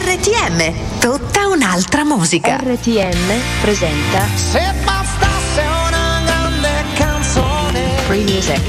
RTM, tutta un'altra musica. RTM presenta Se bastasse una grande canzone. Free Music.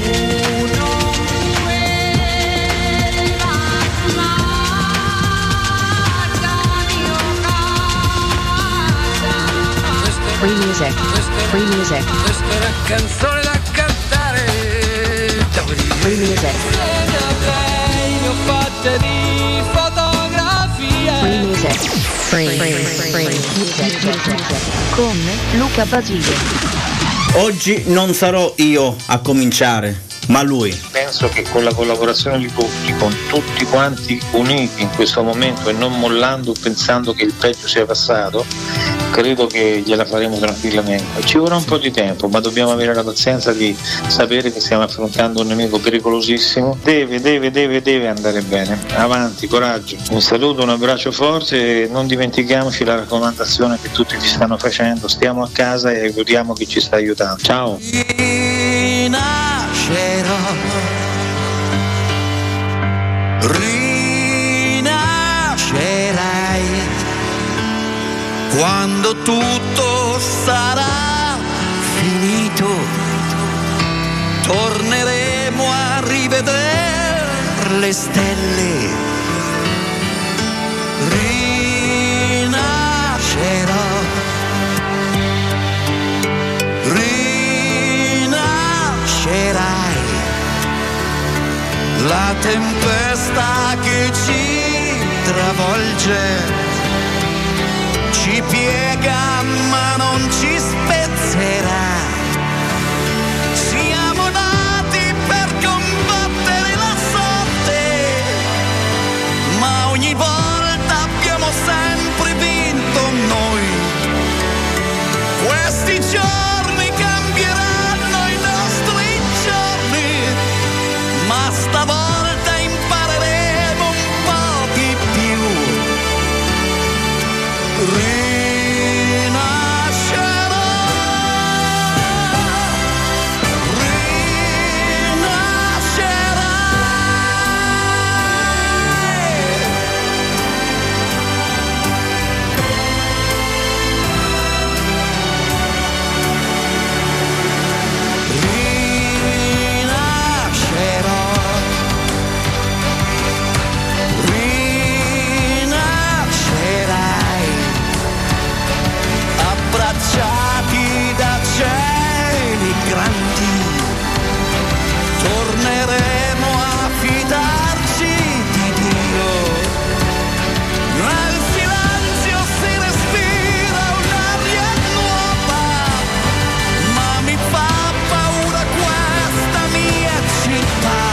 Free Music. Free Music. Questa è una canzone da cantare. Free Music. Ne ho fatte di fotografie. Free Music. Free Music. Con Luca Basile. Oggi non sarò io a cominciare, ma lui. Penso che con la collaborazione di tutti, con tutti quanti uniti in questo momento e non mollando pensando che il peggio sia passato, credo che gliela faremo tranquillamente. Ci vorrà un po' di tempo, ma dobbiamo avere la pazienza di sapere che stiamo affrontando un nemico pericolosissimo. Deve andare bene. Avanti, coraggio. Un saluto, un abbraccio forte e non dimentichiamoci la raccomandazione che tutti ci stanno facendo. Stiamo a casa e aiutiamo chi ci sta aiutando. Ciao. Rinascerai quando tutto sarà finito, torneremo a rivedere le stelle. Rinascerò, rinascerai. La tempesta che ci travolge ci piega ma non ci spezzerà. Siamo nati per combattere la sorte, ma ogni volta abbiamo sempre vinto noi. Questi giorni cambieranno i nostri giorni, ma stavolta impareremo un po' di più. Rinascerò, rinascerai, abbracciati da cieli grandi, torneremo a fidarci di Dio. Nel silenzio si respira un'aria nuova, ma mi fa paura questa mia città.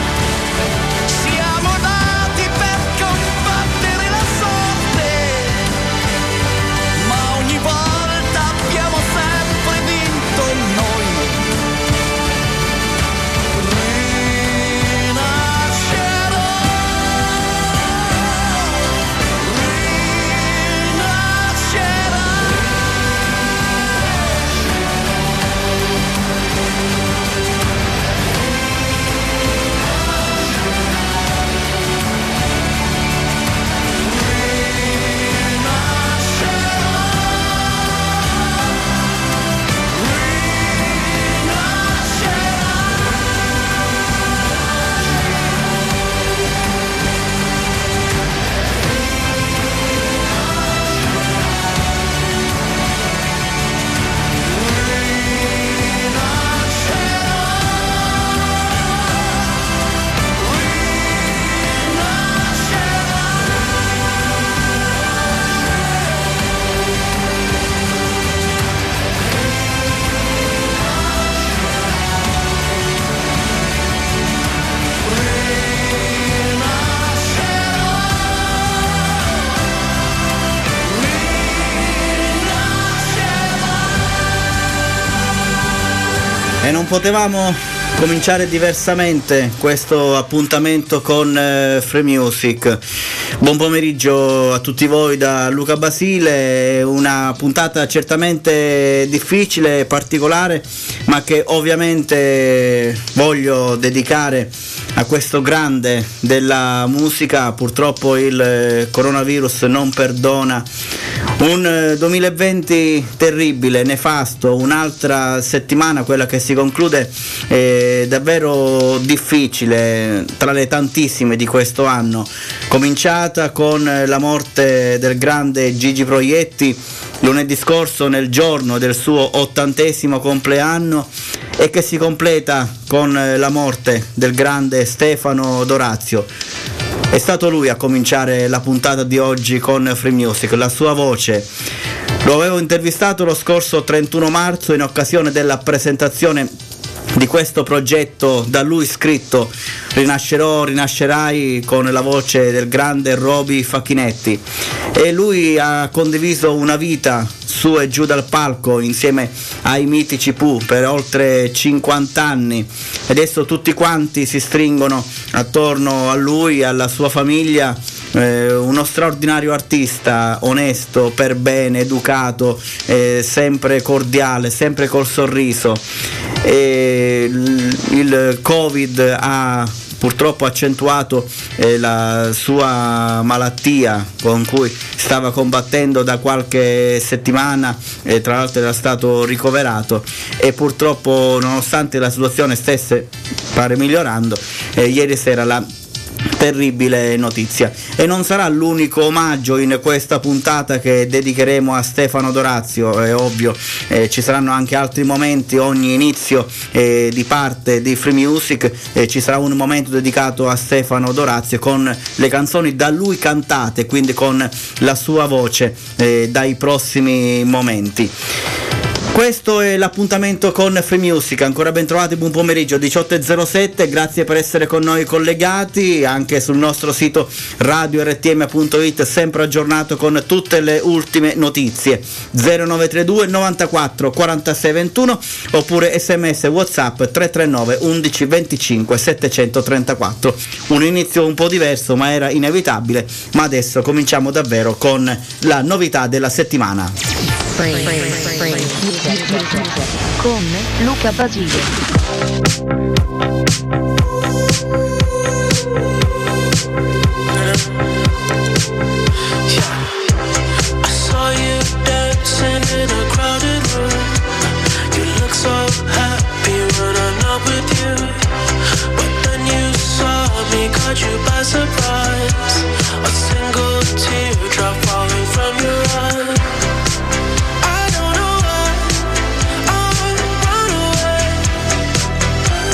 Siamo nati per combattere la sorte, ma ogni volta abbiamo sempre vinto noi. Rinascerò, E non potevamo cominciare diversamente questo appuntamento con Free Music. Buon pomeriggio a tutti voi da Luca Basile, una puntata certamente difficile e particolare, ma che ovviamente voglio dedicare a questo grande della musica. Purtroppo il coronavirus non perdona. Un 2020 terribile, nefasto, un'altra settimana, quella che si conclude, davvero difficile tra le tantissime di questo anno, cominciata con la morte del grande Gigi Proietti lunedì scorso nel giorno del suo 80° compleanno e che si completa con la morte del grande Stefano D'Orazio. È stato lui a cominciare la puntata di oggi con Free Music, la sua voce. Lo avevo intervistato lo scorso 31 marzo in occasione della presentazione di questo progetto da lui scritto Rinascerò, rinascerai, con la voce del grande Roby Facchinetti, e lui ha condiviso una vita su e giù dal palco insieme ai mitici Pooh per oltre 50 anni, e adesso tutti quanti si stringono attorno a lui e alla sua famiglia. Uno straordinario artista, onesto, per bene, educato, sempre cordiale, sempre col sorriso. Il Covid ha purtroppo accentuato la sua malattia con cui stava combattendo da qualche settimana, tra l'altro era stato ricoverato, e purtroppo, nonostante la situazione stesse pare migliorando, ieri sera la terribile notizia. E non sarà l'unico omaggio in questa puntata che dedicheremo a Stefano D'Orazio, è ovvio, ci saranno anche altri momenti. Ogni inizio di parte di Free Music ci sarà un momento dedicato a Stefano D'Orazio con le canzoni da lui cantate, quindi con la sua voce dai prossimi momenti. Questo è l'appuntamento con Free Music. Ancora ben trovati, buon pomeriggio, 18.07, grazie per essere con noi collegati anche sul nostro sito radio-rtm.it, sempre aggiornato con tutte le ultime notizie. 0932 94 46 21 oppure sms WhatsApp 339 11 25 734. Un inizio un po' diverso, ma era inevitabile. Ma adesso cominciamo davvero con la novità della settimana. Con Luca Basile. You by surprise, a single teardrop falling from your eye. I don't know why I run away.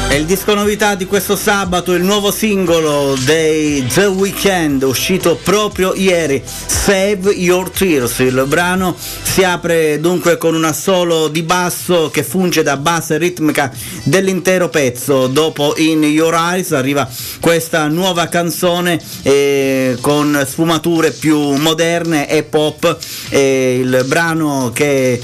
È il disco novità di questo sabato, il nuovo singolo dei The Weeknd, uscito proprio ieri, Save Your Tears. Il brano si apre dunque con un assolo di basso che funge da base ritmica dell'intero pezzo. Dopo In Your Eyes arriva questa nuova canzone con sfumature più moderne e pop. Il brano che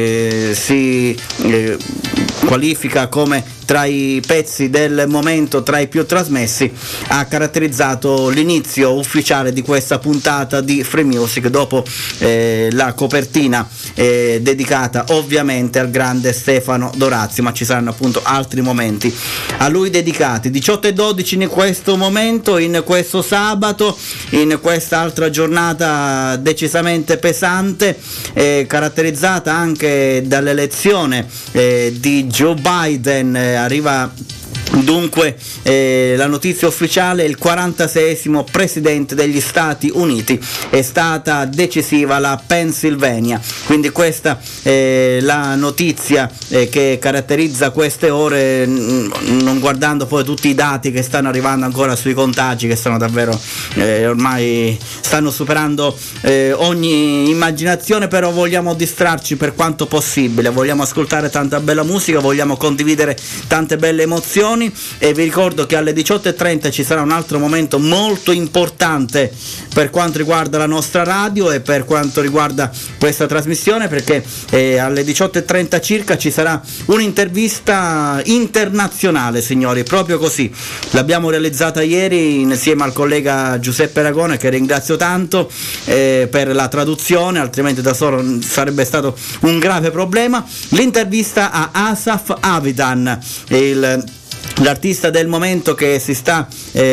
si qualifica come tra i pezzi del momento, tra i più trasmessi, ha caratterizzato l'inizio ufficiale di questa puntata di Free Music, dopo la copertina dedicata ovviamente al grande Stefano Dorazio, ma ci saranno appunto altri momenti a lui dedicati. 18:12 in questo momento, in questo sabato, in questa altra giornata decisamente pesante, caratterizzata anche dall'elezione di Joe Biden. Arriva dunque la notizia ufficiale: il 46esimo presidente degli Stati Uniti. È stata decisiva la Pennsylvania, quindi questa è la notizia che caratterizza queste ore, non guardando poi tutti i dati che stanno arrivando ancora sui contagi, che sono davvero ormai stanno superando ogni immaginazione. Però vogliamo distrarci per quanto possibile, vogliamo ascoltare tanta bella musica, vogliamo condividere tante belle emozioni. E vi ricordo che alle 18:30 ci sarà un altro momento molto importante per quanto riguarda la nostra radio e per quanto riguarda questa trasmissione, perché alle 18:30 circa ci sarà un'intervista internazionale, signori, proprio così. L'abbiamo realizzata ieri insieme al collega Giuseppe Aragone, che ringrazio tanto per la traduzione, altrimenti da solo sarebbe stato un grave problema. L'intervista a Asaf Avidan, l'artista del momento che si sta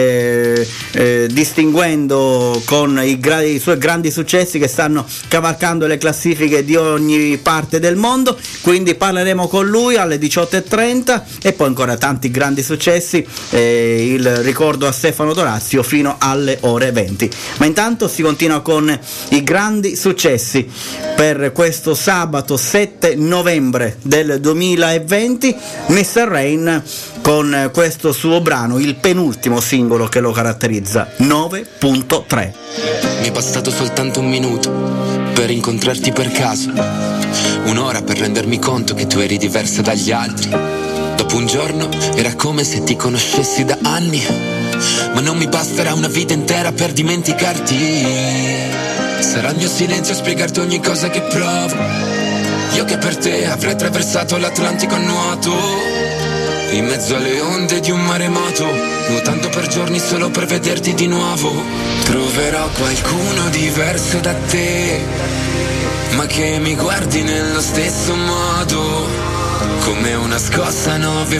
distinguendo con i suoi grandi successi che stanno cavalcando le classifiche di ogni parte del mondo. Quindi parleremo con lui alle 18:30 e poi ancora tanti grandi successi, il ricordo a Stefano Dorazio fino alle ore 20. Ma intanto si continua con i grandi successi per questo sabato 7 novembre del 2020. Mr. Rain con questo suo brano, il penultimo singolo che lo caratterizza, 9.3. Mi è bastato soltanto un minuto per incontrarti per caso, un'ora per rendermi conto che tu eri diversa dagli altri. Dopo un giorno era come se ti conoscessi da anni, ma non mi basterà una vita intera per dimenticarti. Sarà il mio silenzio a spiegarti ogni cosa che provo, io che per te avrei attraversato l'Atlantico a nuoto, in mezzo alle onde di un maremoto, nuotando per giorni solo per vederti di nuovo. Troverò qualcuno diverso da te, ma che mi guardi nello stesso modo, come una scossa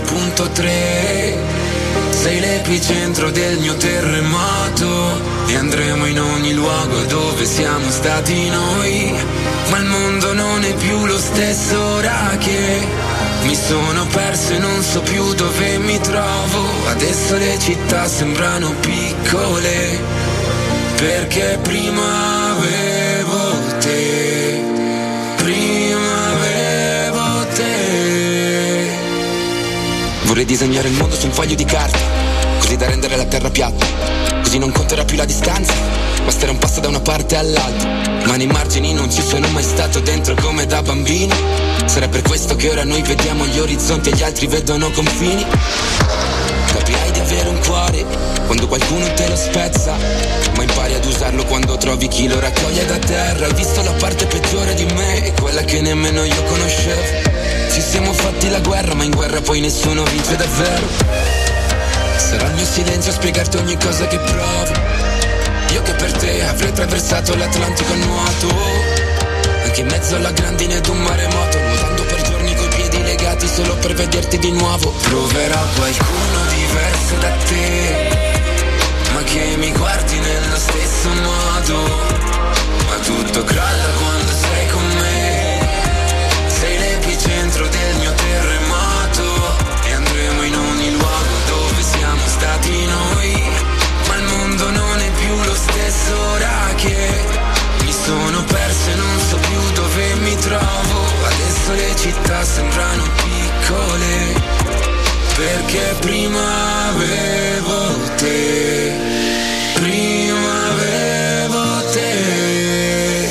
9.3. Sei l'epicentro del mio terremoto e andremo in ogni luogo dove siamo stati noi, ma il mondo non è più lo stesso ora che mi sono perso e non so più dove mi trovo. Adesso le città sembrano piccole, perché prima avevo te, prima avevo te. Vorrei disegnare il mondo su un foglio di carta, così da rendere la terra piatta, così non conterà più la distanza, basterà un passo da una parte all'altra. Ma nei margini non ci sono mai stato dentro come da bambino. Sarà per questo che ora noi vediamo gli orizzonti e gli altri vedono confini. Capirai di avere un cuore quando qualcuno te lo spezza, ma impari ad usarlo quando trovi chi lo raccoglie da terra. Hai visto la parte peggiore di me, quella che nemmeno io conoscevo. Ci siamo fatti la guerra, ma in guerra poi nessuno vince davvero. Sarà il mio silenzio a spiegarti ogni cosa che provo, io che per te avrei attraversato l'Atlantico a nuoto, anche in mezzo alla grandine d'un maremoto, nuotando per giorni coi piedi legati solo per vederti di nuovo. Troverò qualcuno diverso da te, ma che mi guardi nello stesso modo, ma tutto crolla quando sei con me. Sei l'epicentro del mio terremoto e andremo in ogni luogo dove siamo stati noi, ma il mondo non è più lo stesso ora che mi sono perso e non so più dove mi trovo. Adesso le città sembrano piccole, perché prima avevo te, prima avevo te.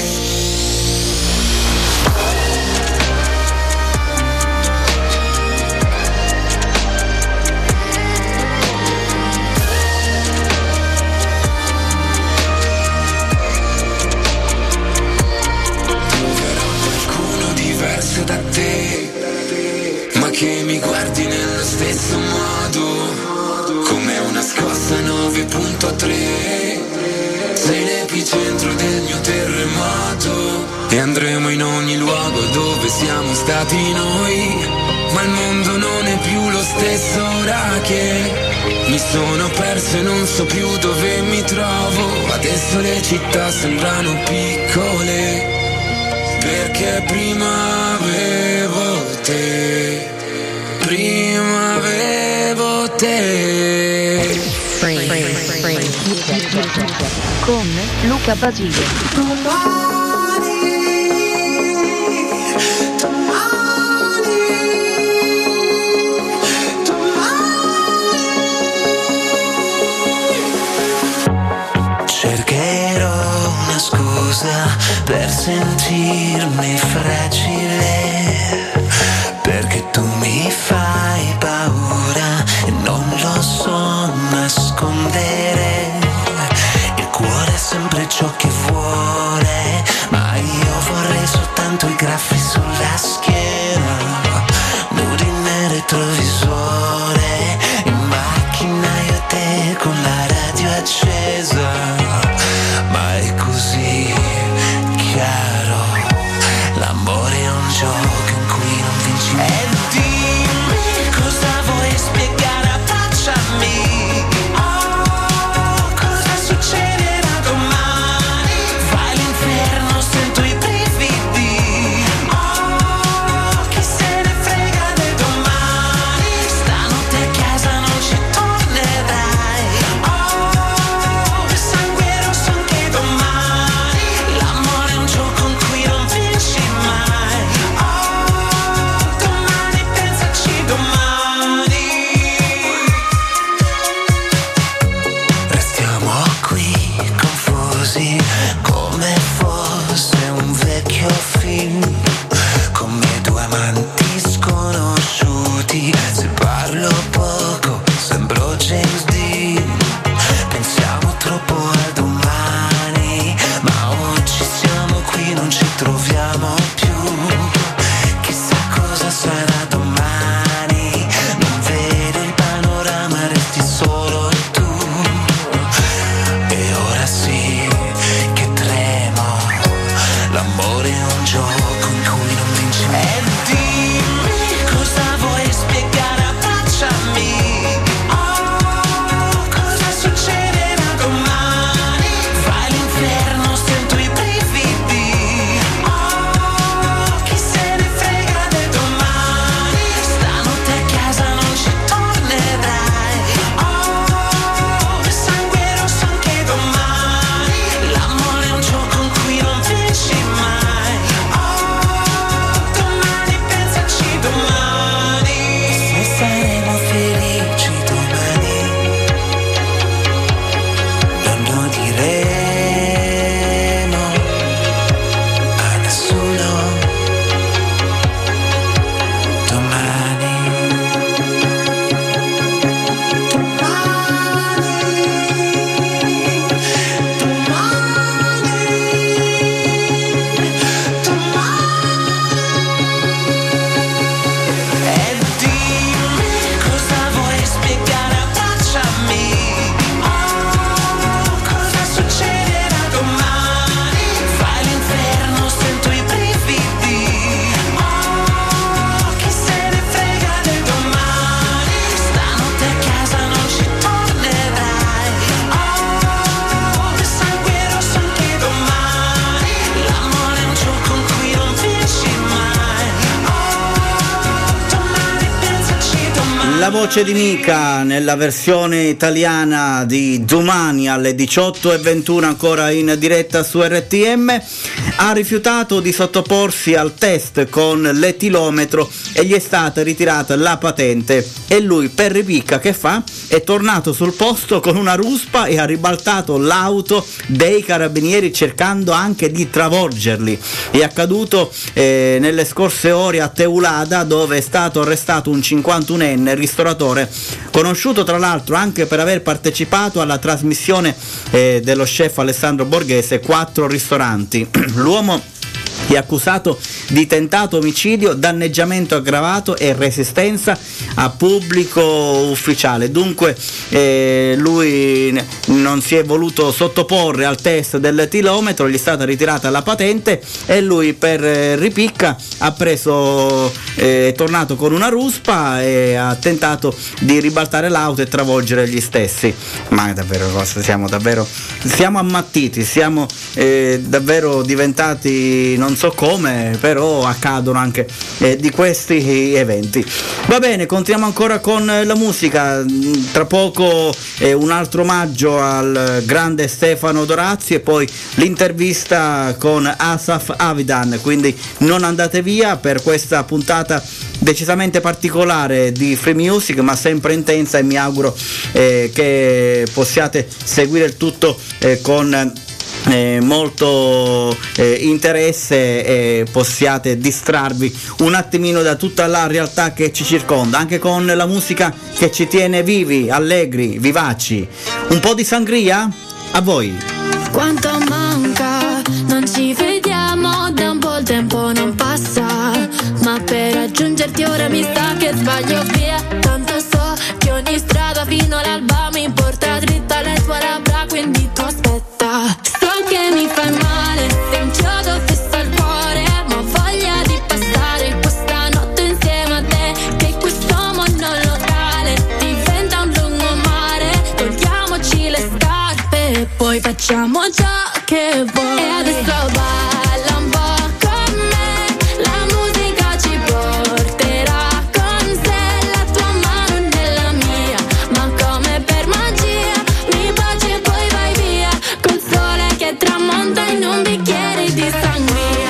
Troverò qualcuno diverso da te, ma che mi guardi nello stesso modo, come una scossa 9.3. Sei l'epicentro del mio terremoto e andremo in ogni luogo dove siamo stati noi, ma il mondo non è più lo stesso ora che mi sono perso e non so più dove mi trovo. Adesso le città sembrano piccole, perché prima avevo te, prima avevo te. Con Luca Basile. Cercherò una scusa per sentirmi fragile, perché tu mi fai paura e non lo so nascondere. Il cuore è sempre ciò che vuole, ma io vorrei soltanto i graffi sulla schiena, nudi nel retrovisore, in macchina io e te con la radio accesa. Ma è così chiaro, l'amore è un gioco in cui non vinci mai. E dimmi cosa vuoi spiegare a faccia mia. Oh, cosa succederà domani? Vai all'inferno, sento i brividi. voce di Mika nella versione italiana di domani alle 18:21 ancora in diretta su RTM. Ha rifiutato di sottoporsi al test con l'etilometro e gli è stata ritirata la patente, e lui per ripicca che fa? È tornato sul posto con una ruspa e ha ribaltato l'auto dei carabinieri cercando anche di travolgerli. È accaduto nelle scorse ore a Teulada, dove è stato arrestato un 51enne ristoratore, conosciuto tra l'altro anche per aver partecipato alla trasmissione dello chef Alessandro Borghese 4 ristoranti. L'uomo è accusato di tentato omicidio, danneggiamento aggravato e resistenza a pubblico ufficiale. Dunque lui non si è voluto sottoporre al test dell'etilometro, gli è stata ritirata la patente e lui per ripicca ha preso, è tornato con una ruspa e ha tentato di ribaltare l'auto e travolgere gli stessi. Ma davvero siamo ammattiti, siamo davvero diventati, non so come, però accadono anche di questi eventi. Va bene, continuiamo ancora con la musica. Tra poco un altro omaggio al grande Stefano Dorazzi e poi l'intervista con Asaf Avidan, quindi non andate via per questa puntata decisamente particolare di Free Music, ma sempre intensa, e mi auguro che possiate seguire il tutto con molto interesse e possiate distrarvi un attimino da tutta la realtà che ci circonda, anche con la musica che ci tiene vivi, allegri, vivaci. Un po' di sangria? A voi. Quanto manca, non ci vediamo da un po', il tempo non passa, ma per raggiungerti ora mi sa che sbaglio via. Tanto so che ogni strada fino all'alba mi porta dritta alle tue labbra, quindi tu aspetta. So che mi fai male, sei un chiodo fisso al cuore, ma ho voglia di passare questa notte insieme a te, che questo monolocale diventa un lungo mare. Togliamoci le scarpe e poi facciamo ciò che vuoi. E adesso balla un po' con me, la musica ci porterà con sé, la tua mano nella mia, ma come per magia mi baci e poi vai via, col sole che tramonta in un bicchiere di sangria.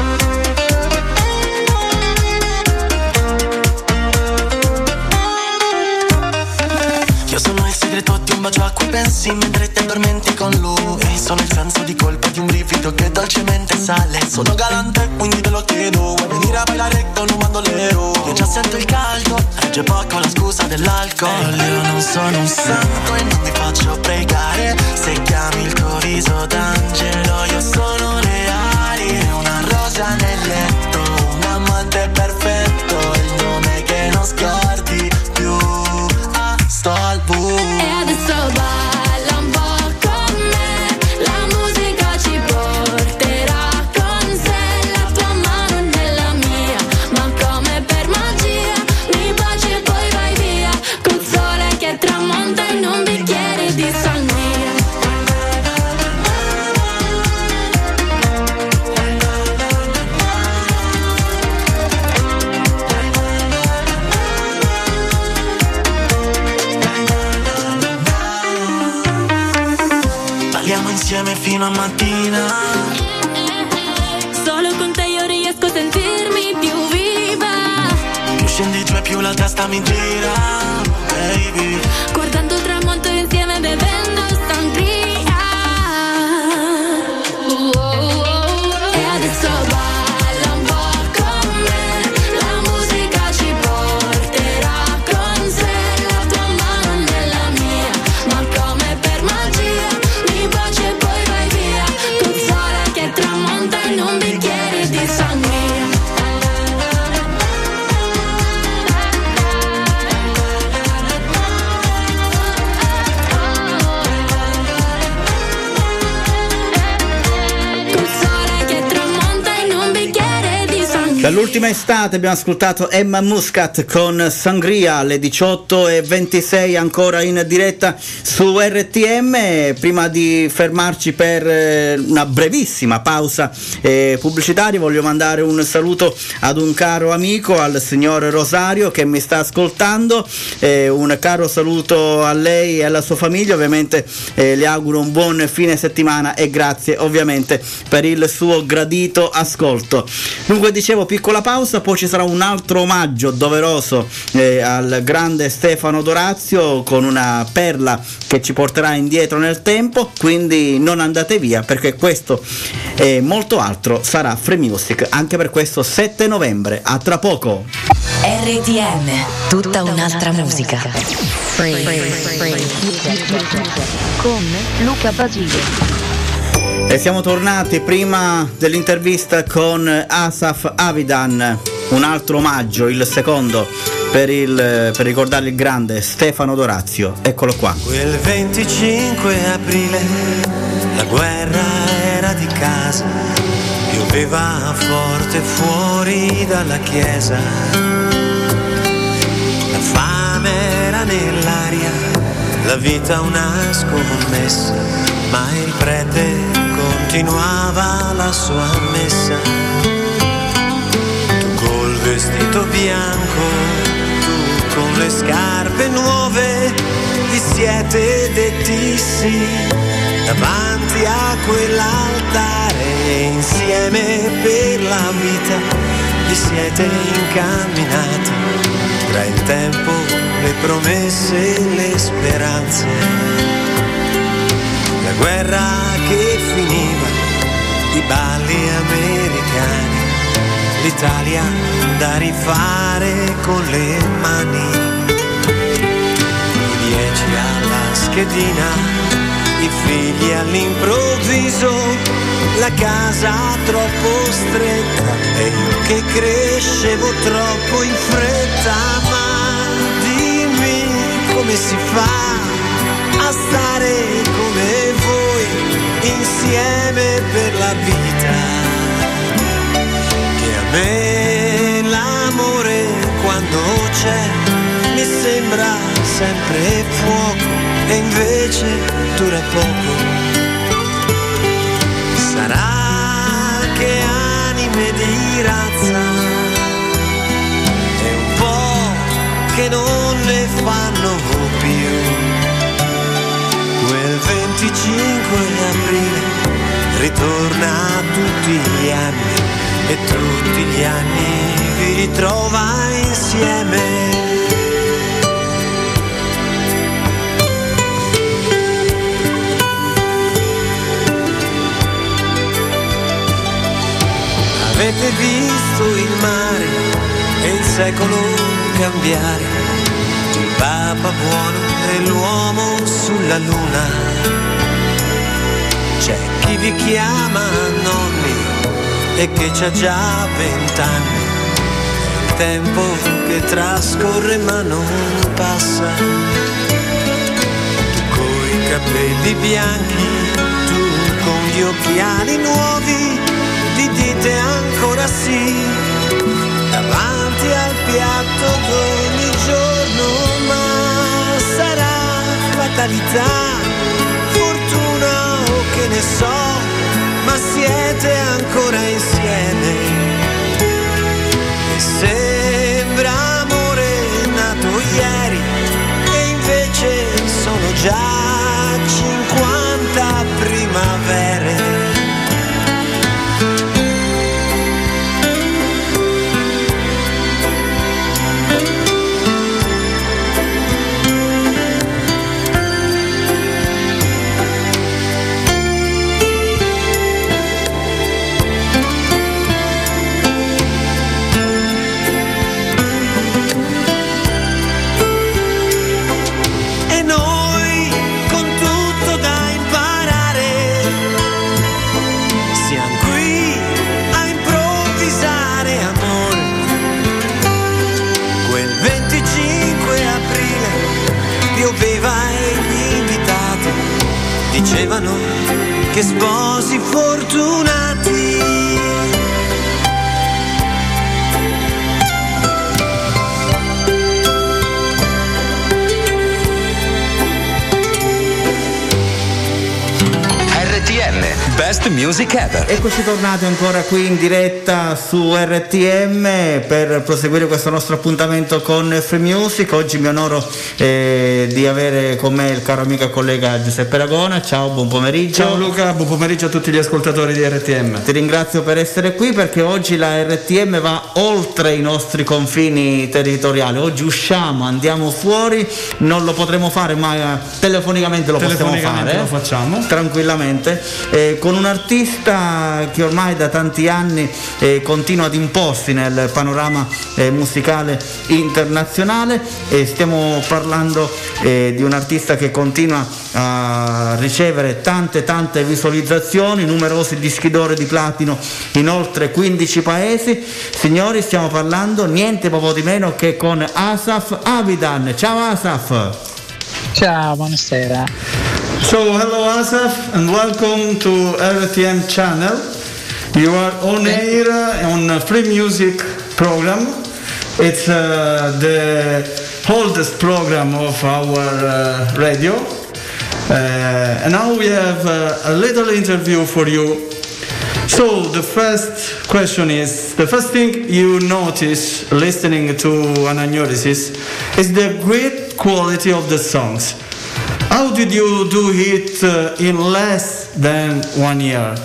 Io sono il segreto di un bacio a cui pensi mentre ti addormenti con lui. Sono il senso di colpa di un brivido che dolcemente sale. Sono galante, quindi te lo chiedo. Vuoi venire a ballare con un bandolero? Io già sento il caldo, regge poco la scusa dell'alcol. Io non sono un santo e non mi faccio pregare. Se chiami il tuo viso d'angelo, io sono reale. Una rosa nel letto, un amante perfetto, il nome che non scordi più. Sto al buio. E adesso balla un po' con me, la musica ci porterà con sé, la tua mano nella mia, ma come per magia mi baci e poi vai via, col sole che tramonta in un bicchiere di sangria. Balliamo insieme fino a mattina. Solo con te io riesco a sentirmi più viva. Più scendi giù e più la testa mi gira, baby. Guardando il tramonto insieme bevendo sangria. E adesso balla un po' con me, la musica ci porterà con sé, la tua mano nella mia, ma come per magia mi baci e poi vai via, col sole che tramonta in un bicchiere di sangria. Dall'ultima estate abbiamo ascoltato Emma Muscat con Sangria alle 18:26 ancora in diretta su RTM. Prima di fermarci per una brevissima pausa pubblicitaria voglio mandare un saluto ad un caro amico, al signor Rosario che mi sta ascoltando, un caro saluto a lei e alla sua famiglia, ovviamente le auguro un buon fine settimana e grazie ovviamente per il suo gradito ascolto. Dunque dicevo, piccola pausa, poi ci sarà un altro omaggio doveroso al grande Stefano Dorazio con una perla che ci porterà indietro nel tempo, quindi non andate via perché questo e molto altro sarà Free Music anche per questo 7 novembre. A tra poco. RTM, tutta un'altra musica. Con Luca Basile. E siamo tornati prima dell'intervista con Asaf Avidan, un altro omaggio, il secondo, per ricordare il grande Stefano Dorazio. Eccolo qua. Quel 25 aprile la guerra era di casa, pioveva forte fuori dalla chiesa, la fame era nell'aria, la vita una scommessa, ma il prete continuava la sua messa. Tu col vestito bianco, tu con le scarpe nuove, vi siete detti sì davanti a quell'altare, insieme per la vita vi siete incamminati tra il tempo, le promesse e le speranze. La guerra che finiva, i balli americani, l'Italia da rifare con le mani, i 10 alla schedina, i figli all'improvviso, la casa troppo stretta e io che crescevo troppo in fretta. Ma dimmi come si fa a stare come voi insieme per la vita, che a me l'amore quando c'è mi sembra sempre fuoco e invece dura poco. Sarà che anime di razza è un po' che non ne fanno più. Quel 25 aprile ritorna tutti gli anni e tutti gli anni vi ritrova insieme. Avete visto il mare e il secolo cambiare, il Papa buono e l'uomo sulla luna. C'è chi vi chiama nonni e che c'ha già 20 anni, il tempo che trascorre ma non passa. Tu coi capelli bianchi, tu con gli occhiali nuovi, vi dite ancora sì davanti al piatto d'ogni giorno. Ma sarà fatalità, fortuna o che ne so, ma siete ancora insieme e sembra amore nato ieri e invece sono già 50 primavere. Dicevano che sposi fortunati best music ever. Eccoci tornati ancora qui in diretta su RTM per proseguire questo nostro appuntamento con Free Music. Oggi mi onoro di avere con me il caro amico e collega Giuseppe Ragona. Ciao, buon pomeriggio. Ciao Luca, buon pomeriggio a tutti gli ascoltatori di RTM. Ti ringrazio per essere qui perché oggi la RTM va oltre i nostri confini territoriali. Oggi usciamo, andiamo fuori, non lo potremo fare ma telefonicamente lo possiamo fare. Lo facciamo tranquillamente, con un artista che ormai da tanti anni continua ad imporsi nel panorama musicale internazionale. Stiamo parlando di un artista che continua a ricevere tante visualizzazioni, numerosi dischi d'oro di platino in oltre 15 paesi. Signori, stiamo parlando niente proprio di meno che con Asaf Avidan. Ciao Asaf. Ciao, buonasera. So hello Asaf and welcome to RTM channel. You are on air on Free Music program. It's the oldest program of our radio. And now we have a little interview for you. So the first question is, the first thing you notice listening to Anagnoresis is the great quality of the songs. How did you do it in less than 1 year?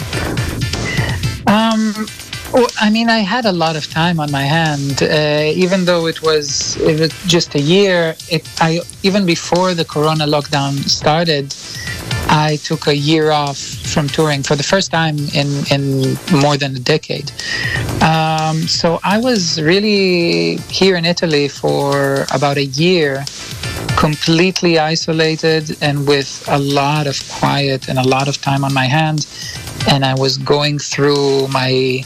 I mean, I had a lot of time on my hand. Even though it was just a year, even before the Corona lockdown started, I took a year off from touring for the first time in more than a decade. So I was really here in Italy for about a year, completely isolated and with a lot of quiet and a lot of time on my hands. And I was going through my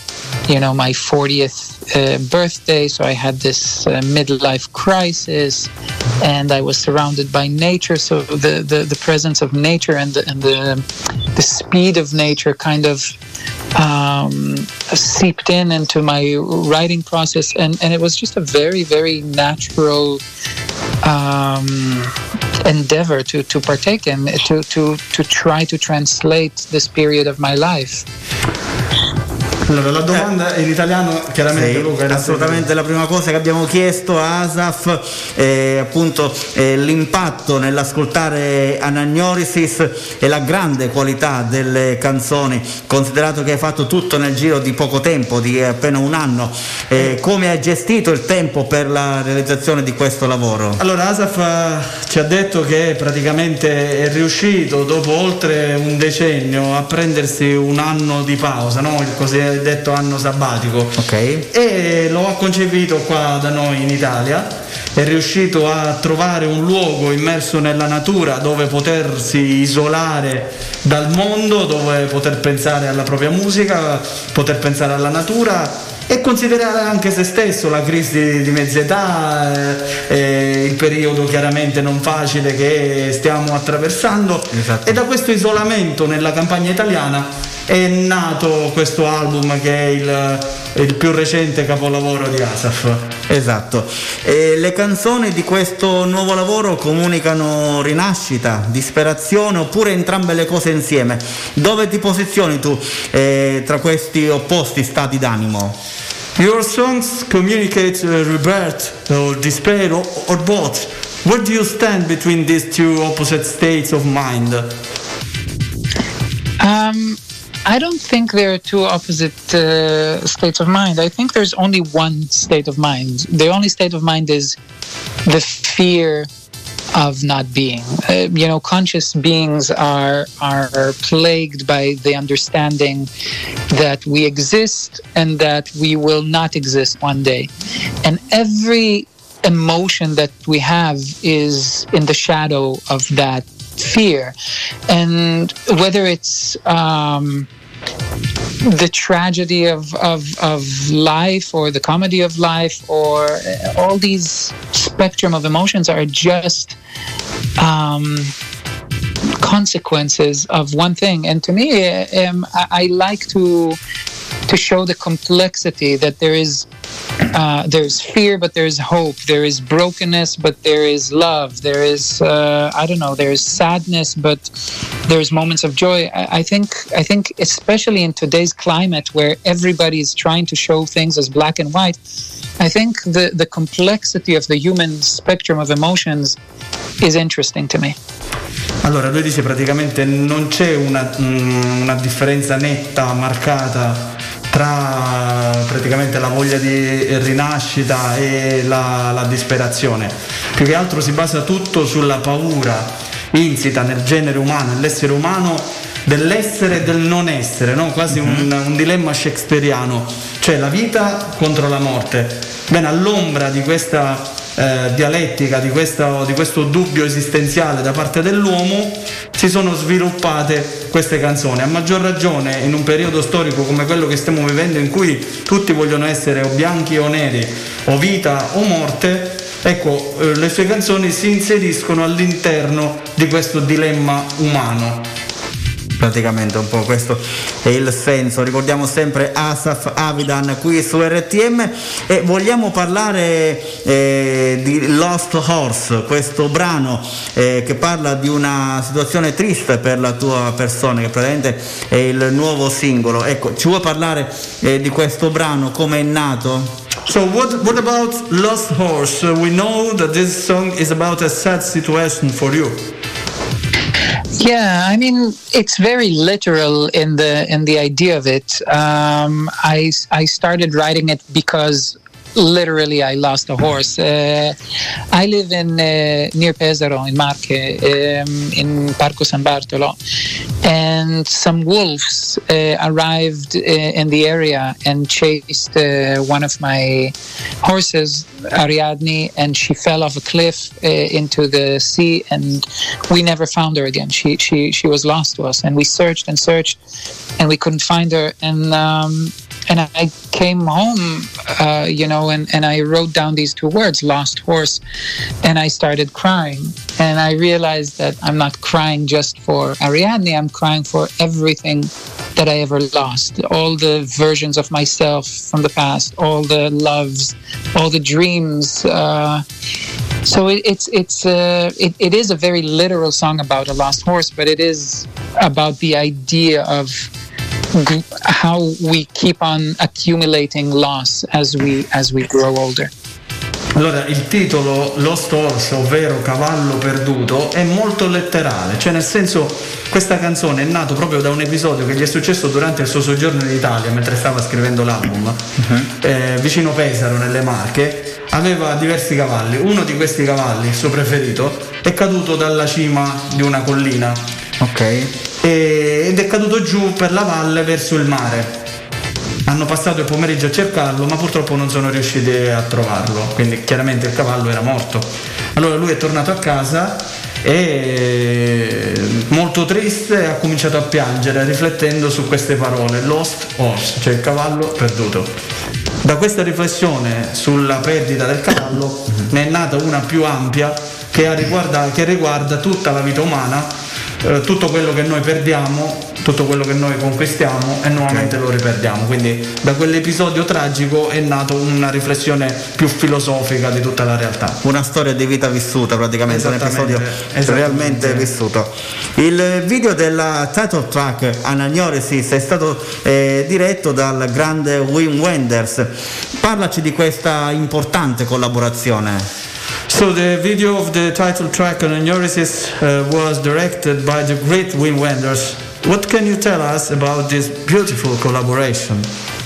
40th birthday, so I had this midlife crisis, and I was surrounded by nature. So the presence of nature and the speed of nature kind of seeped into my writing process, and it was just a very, very natural endeavor to partake in, to try to translate this period of my life. Allora, la domanda in italiano chiaramente, Luca, assolutamente la prima cosa che abbiamo chiesto a Asaf è appunto l'impatto nell'ascoltare Anagnoresis e la grande qualità delle canzoni, considerato che hai fatto tutto nel giro di poco tempo, di appena un anno. Come hai gestito il tempo per la realizzazione di questo lavoro? Allora, Asaf ci ha detto che praticamente è riuscito dopo oltre un decennio a prendersi un anno di pausa, no? Il cosiddetto anno sabbatico. Ok. E lo ha concepito qua da noi in Italia. È riuscito a trovare un luogo immerso nella natura dove potersi isolare dal mondo, dove poter pensare alla propria musica, poter pensare alla natura e considerare anche se stesso, la crisi di mezza età, il periodo chiaramente non facile che stiamo attraversando. Esatto. E da questo isolamento nella campagna italiana è nato questo album che è il più recente capolavoro di Asaf. Esatto. Le canzoni di questo nuovo lavoro comunicano rinascita, disperazione oppure entrambe le cose insieme? Dove ti posizioni tu tra questi opposti stati d'animo? Your songs communicate rebirth or despair or both. Where do you stand between these two opposite states of mind? I don't think there are two opposite states of mind. I think there's only one state of mind. The only state of mind is the fear of not being. Conscious beings are plagued by the understanding that we exist and that we will not exist one day. And every emotion that we have is in the shadow of that fear. And whether it's the tragedy of life or the comedy of life or all these spectrum of emotions are just consequences of one thing. And to me, I like to show the complexity that there is There's fear, but there's hope. There is brokenness, but there is love. There is there is sadness, but there's moments of joy. I think especially in today's climate where everybody is trying to show things as black and white, I think the complexity of the human spectrum of emotions is interesting to me. Allora, lui dice praticamente non c'è una differenza netta, marcata tra praticamente la voglia di rinascita e la disperazione. Più che altro si basa tutto sulla paura insita nel genere umano, nell'essere umano, dell'essere e del non essere, no? Quasi un dilemma shakespeariano, cioè la vita contro la morte. Bene, all'ombra di questa dialettica, di questo dubbio esistenziale da parte dell'uomo, si sono sviluppate queste canzoni, a maggior ragione in un periodo storico come quello che stiamo vivendo, in cui tutti vogliono essere o bianchi o neri, o vita o morte. Ecco, le sue canzoni si inseriscono all'interno di questo dilemma umano. Praticamente un po' questo è il senso. Ricordiamo sempre Asaf Avidan qui su RTM e vogliamo parlare di Lost Horse, questo brano che parla di una situazione triste per la tua persona, che praticamente è il nuovo singolo. Ecco, ci vuoi parlare di questo brano, come è nato? So what about Lost Horse? We know that this song is about a sad situation for you. Yeah, I mean, it's very literal in the idea of it. I started writing it because literally I lost a horse. I live in near Pesaro in Marche, in Parco San Bartolo, and some wolves arrived in the area and chased one of my horses, Ariadne, and she fell off a cliff into the sea, and we never found her again. She was lost to us, and we searched and searched, and we couldn't find her. And I came home, and I wrote down these two words, lost horse, and I started crying. And I realized that I'm not crying just for Ariadne, I'm crying for everything that I ever lost. All the versions of myself from the past, all the loves, all the dreams. So it is a very literal song about a lost horse, but it is about the idea of how we keep on accumulating loss as we grow older. Allora, il titolo Lost Horse, ovvero Cavallo perduto, è molto letterale, cioè nel senso, questa canzone è nato proprio da un episodio che gli è successo durante il suo soggiorno in Italia, mentre stava scrivendo l'album, vicino Pesaro, nelle Marche. Aveva diversi cavalli, uno di questi cavalli, il suo preferito, è caduto dalla cima di una collina, ed è caduto giù per la valle verso il mare. Hanno passato il pomeriggio a cercarlo, ma purtroppo non sono riusciti a trovarlo, quindi chiaramente il cavallo era morto. Allora lui è tornato a casa e molto triste ha cominciato a piangere, riflettendo su queste parole, Lost Horse, cioè il cavallo perduto. Da questa riflessione sulla perdita del cavallo ne è nata una più ampia che riguarda tutta la vita umana, tutto quello che noi perdiamo, tutto quello che noi conquistiamo e nuovamente lo riperdiamo. Quindi da quell'episodio tragico è nata una riflessione più filosofica di tutta la realtà. Una storia di vita vissuta, praticamente un episodio realmente vissuto. Il video della title track Anagnoresis è stato diretto dal grande Wim Wenders. Parlaci di questa importante collaborazione. So the video of the title track Anagnoresis was directed by the great Wim Wenders. What can you tell us about this beautiful collaboration?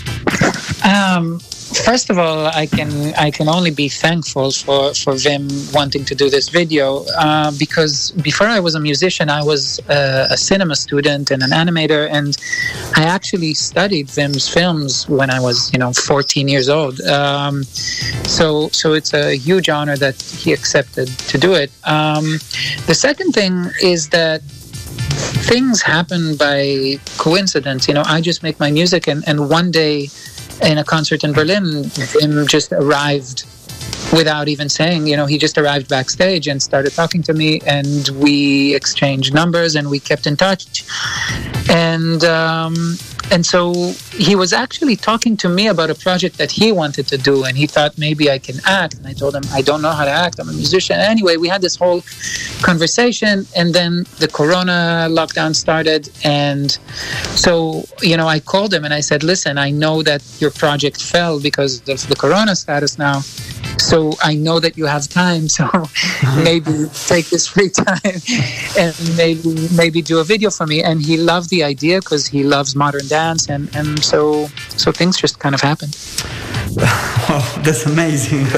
First of all, I can only be thankful for Wim wanting to do this video because before I was a musician, I was a cinema student and an animator, and I actually studied Wim's films when I was 14 years old. So it's a huge honor that he accepted to do it. The second thing is that things happen by coincidence. I just make my music, and one day in a concert in Berlin, Wim just arrived without even saying, he just arrived backstage and started talking to me, and we exchanged numbers and we kept in touch. And so he was actually talking to me about a project that he wanted to do, and he thought maybe I can act. And I told him, I don't know how to act. I'm a musician. Anyway, we had this whole conversation, and then the Corona lockdown started. And so, I called him and I said, listen, I know that your project fell because of the Corona status now. So I know that you have time, so maybe take this free time and maybe do a video for me. And he loved the idea because he loves modern dance, and so things just kind of happened. Wow, that's amazing.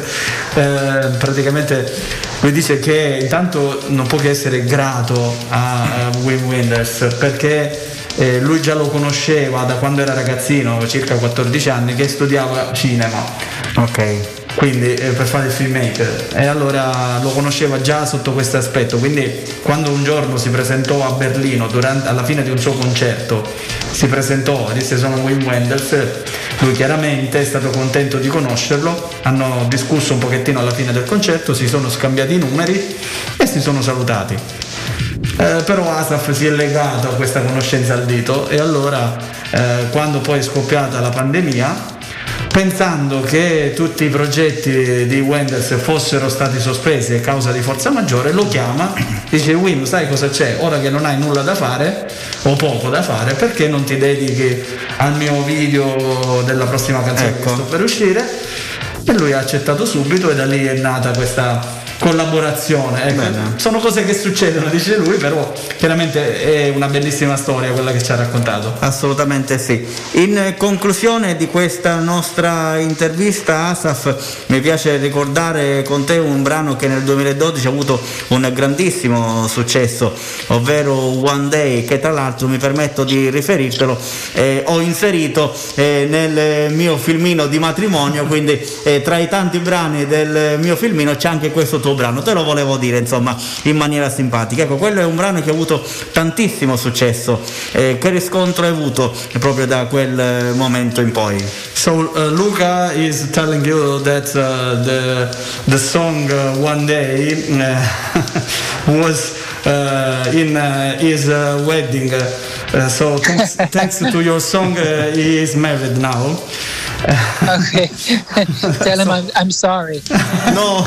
Praticamente lui dice che intanto non può che essere grato a Wim Wenders perché lui già lo conosceva da quando era ragazzino, circa 14 anni, che studiava cinema. Ok. Quindi per fare il filmmaker, e allora lo conosceva già sotto questo aspetto. Quindi quando un giorno si presentò a Berlino alla fine di un suo concerto, si presentò, disse sono Wim Wenders, lui chiaramente è stato contento di conoscerlo, hanno discusso un pochettino alla fine del concerto, si sono scambiati i numeri e si sono salutati. Però Asaf si è legato a questa conoscenza al dito, e allora quando poi è scoppiata la pandemia, pensando che tutti i progetti di Wenders fossero stati sospesi a causa di forza maggiore, lo chiama, dice Wim, sai cosa c'è? Ora che non hai nulla da fare o poco da fare, perché non ti dedichi al mio video della prossima canzone che sto per uscire? E lui ha accettato subito, e da lì è nata questa collaborazione. Sono cose che succedono, dice lui, però chiaramente è una bellissima storia quella che ci ha raccontato. Assolutamente sì. In conclusione di questa nostra intervista, Asaf, mi piace ricordare con te un brano che nel 2012 ha avuto un grandissimo successo, ovvero One Day, che tra l'altro mi permetto di riferirtelo, ho inserito nel mio filmino di matrimonio, quindi tra i tanti brani del mio filmino c'è anche questo tuo brano, te lo volevo dire insomma in maniera simpatica. Ecco, quello è un brano che ha avuto tantissimo successo. Che riscontro hai avuto proprio da quel momento in poi? So Luca is telling you that the song One Day was in his wedding, so thanks to your song he is married now. Okay. Tell him I'm sorry. No,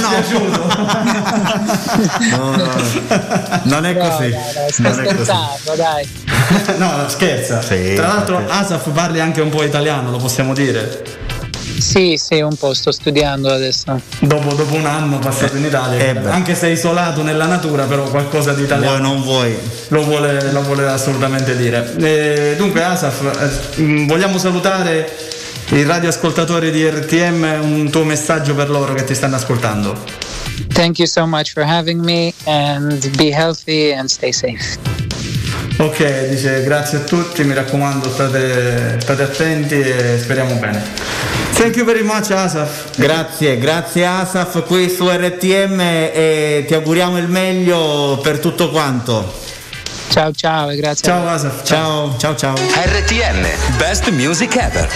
non è così. Sto scherzando, dai. No, scherza. Sì, tra l'altro Asaf parli anche un po' italiano, lo possiamo dire? Sì, un po', sto studiando adesso. Dopo un anno passato in Italia, anche se isolato nella natura, però qualcosa di italiano non vuoi. Lo vuole assolutamente dire. Dunque Asaf, vogliamo salutare i radioascoltatori di RTM, un tuo messaggio per loro che ti stanno ascoltando. Thank you so much for having me, and be healthy and stay safe. Ok, dice grazie a tutti, mi raccomando state attenti e speriamo bene. Thank you very much Asaf. Grazie Asaf qui su RTM, e ti auguriamo il meglio per tutto quanto. Ciao e grazie. Ciao Asaf. Ciao. RTM Best Music Ever.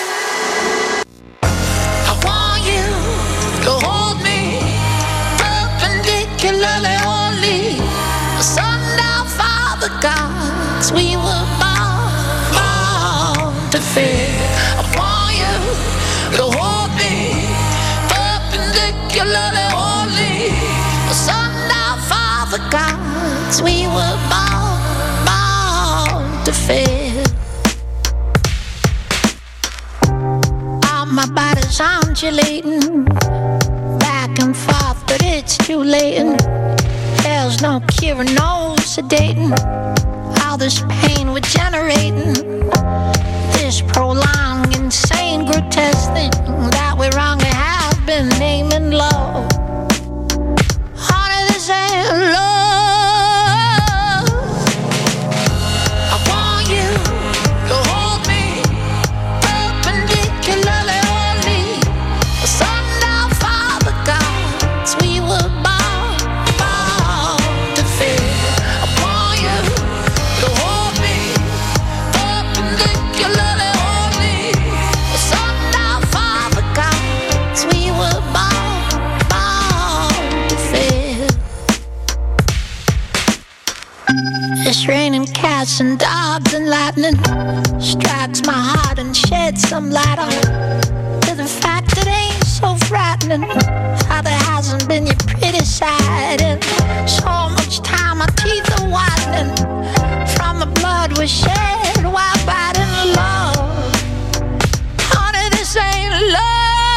We were born to fear. I want you to hold me perpendicularly only. Son of Father gods, we were born to fear. All my body's undulating back and forth, but it's too late. There's no cure, no sedating. All this pain we're generating, this prolonged, insane, grotesque thing that we wrongly have been naming love. Honey, this ain't love. I want you to hold me perpendicularly only. The Son of Father gods, we were born to fear. I want you to hold me perpendicularly only. The Son of Father gods, we were born It's raining cats and dogs and lightning strikes my heart and sheds some light on to the fact that ain't so frightening how there hasn't been your pretty side in so much time. My teeth are whitening from the blood we shed while fighting love. Honey, this ain't love.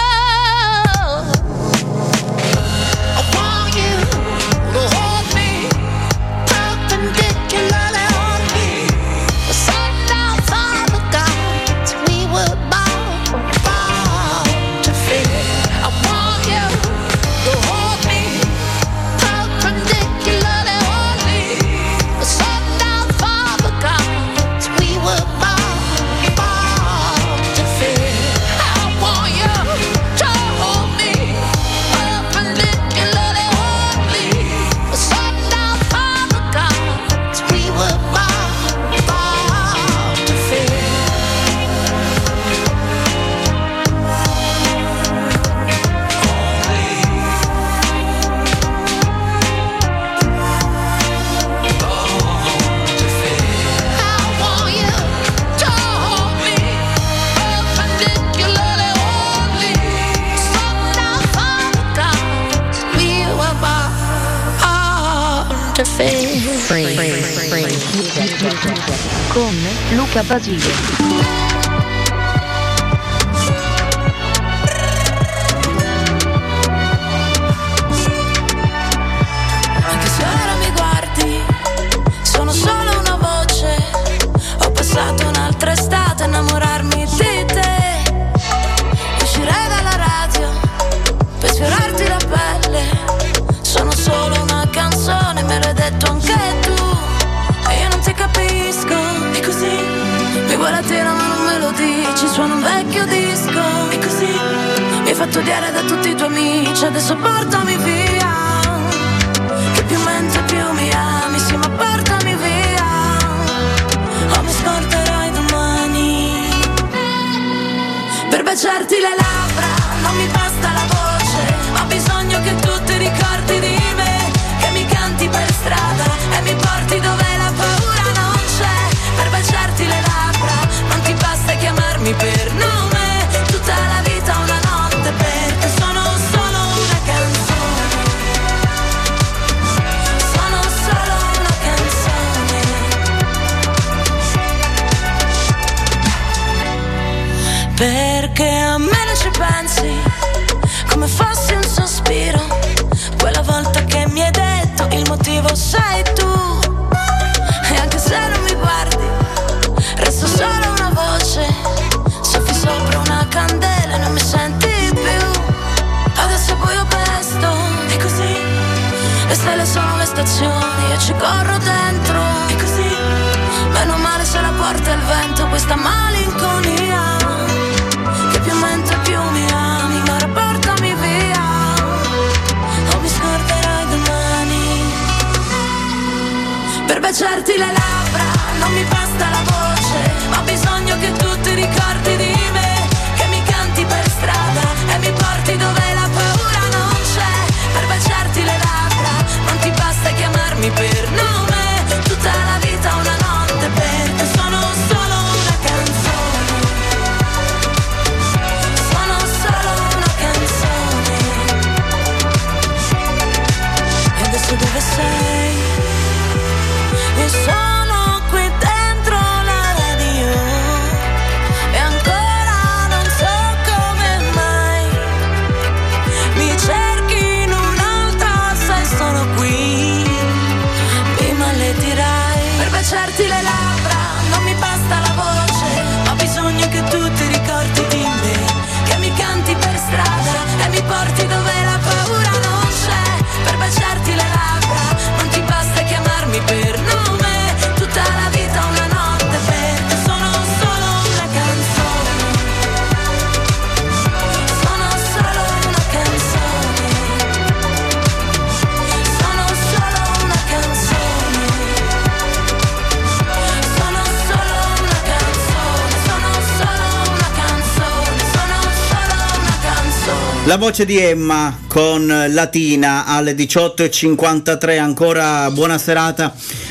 I want you to hold me perpendicularly on me. Set down for the gods we were born to feel. I want you to hold me perpendicularly on me. Set down for the gods we were born to feel. I want you to hold me perpendicularly on me. Set down for the gods we were born to feel. I want you to hold me perpendicularly on me. Set down for the gods we were born to feel. Con Luca Basile. Anche se ora mi guardi, sono solo una voce. Ho passato un'altra estate a innamorarmi di te. Uscirei dalla radio per sfiorarti la pelle. Sono solo una canzone, me l'hai detto anche tu. E io non ti capisco. E così mi vuoi la tela ma non me lo dici. Suona un vecchio disco. E così mi hai fatto odiare da tutti i tuoi amici. Adesso portami via, che più mentre più mi ami. Sì, ma portami via, o mi scorderai domani. Per baciarti le labbra non mi basta la voce. Ho bisogno che tu ti ricordi di me, che mi canti per strada e mi porti dove la paura non c'è. Per baciarti le labbra non ti basta chiamarmi per nome. Tutta la vita una notte perché sono solo una canzone. Sono solo una canzone. Perché a me non ci pensi, come fossi un sospiro. Quella volta che mi hai detto il motivo sei tu. E anche se non mi guardi, resto solo una voce. Soffi sopra una candela e non mi senti più. Adesso è buio pesto, e così le stelle sono le stazioni e ci corro dentro. E così meno male se la porta il vento questa malinconia. Che più mentre più mi ami, ma ora portami via, o mi scorderai domani. Per baciarti le labbra non mi basta la voce. Ho bisogno che tu ti ricordi di me, che mi canti per strada e mi porti dove la paura non c'è. Per baciarti le labbra non ti basta chiamarmi per nome. Tutta la vita una notte perché sono solo una canzone. Sono solo una canzone. E adesso dove sei? Io sono qui dentro la radio e ancora non so come mai mi cerchi in un'altra, sai sono qui, mi maledirai. Per baciarti le labbra non mi basta la voce. Ho bisogno che tu ti ricordi di me, che mi canti per strada e mi porti dove la paura non c'è. Per baciarti le labbra non ti basta chiamarmi per nome. Tutta la vita una notte perché sono solo una canzone. Sono solo una canzone. Sono solo una canzone. Sono solo una canzone. Sono solo una canzone. Sono solo una canzone. La voce di Emma con Latina alle 18:53. Ancora buona serata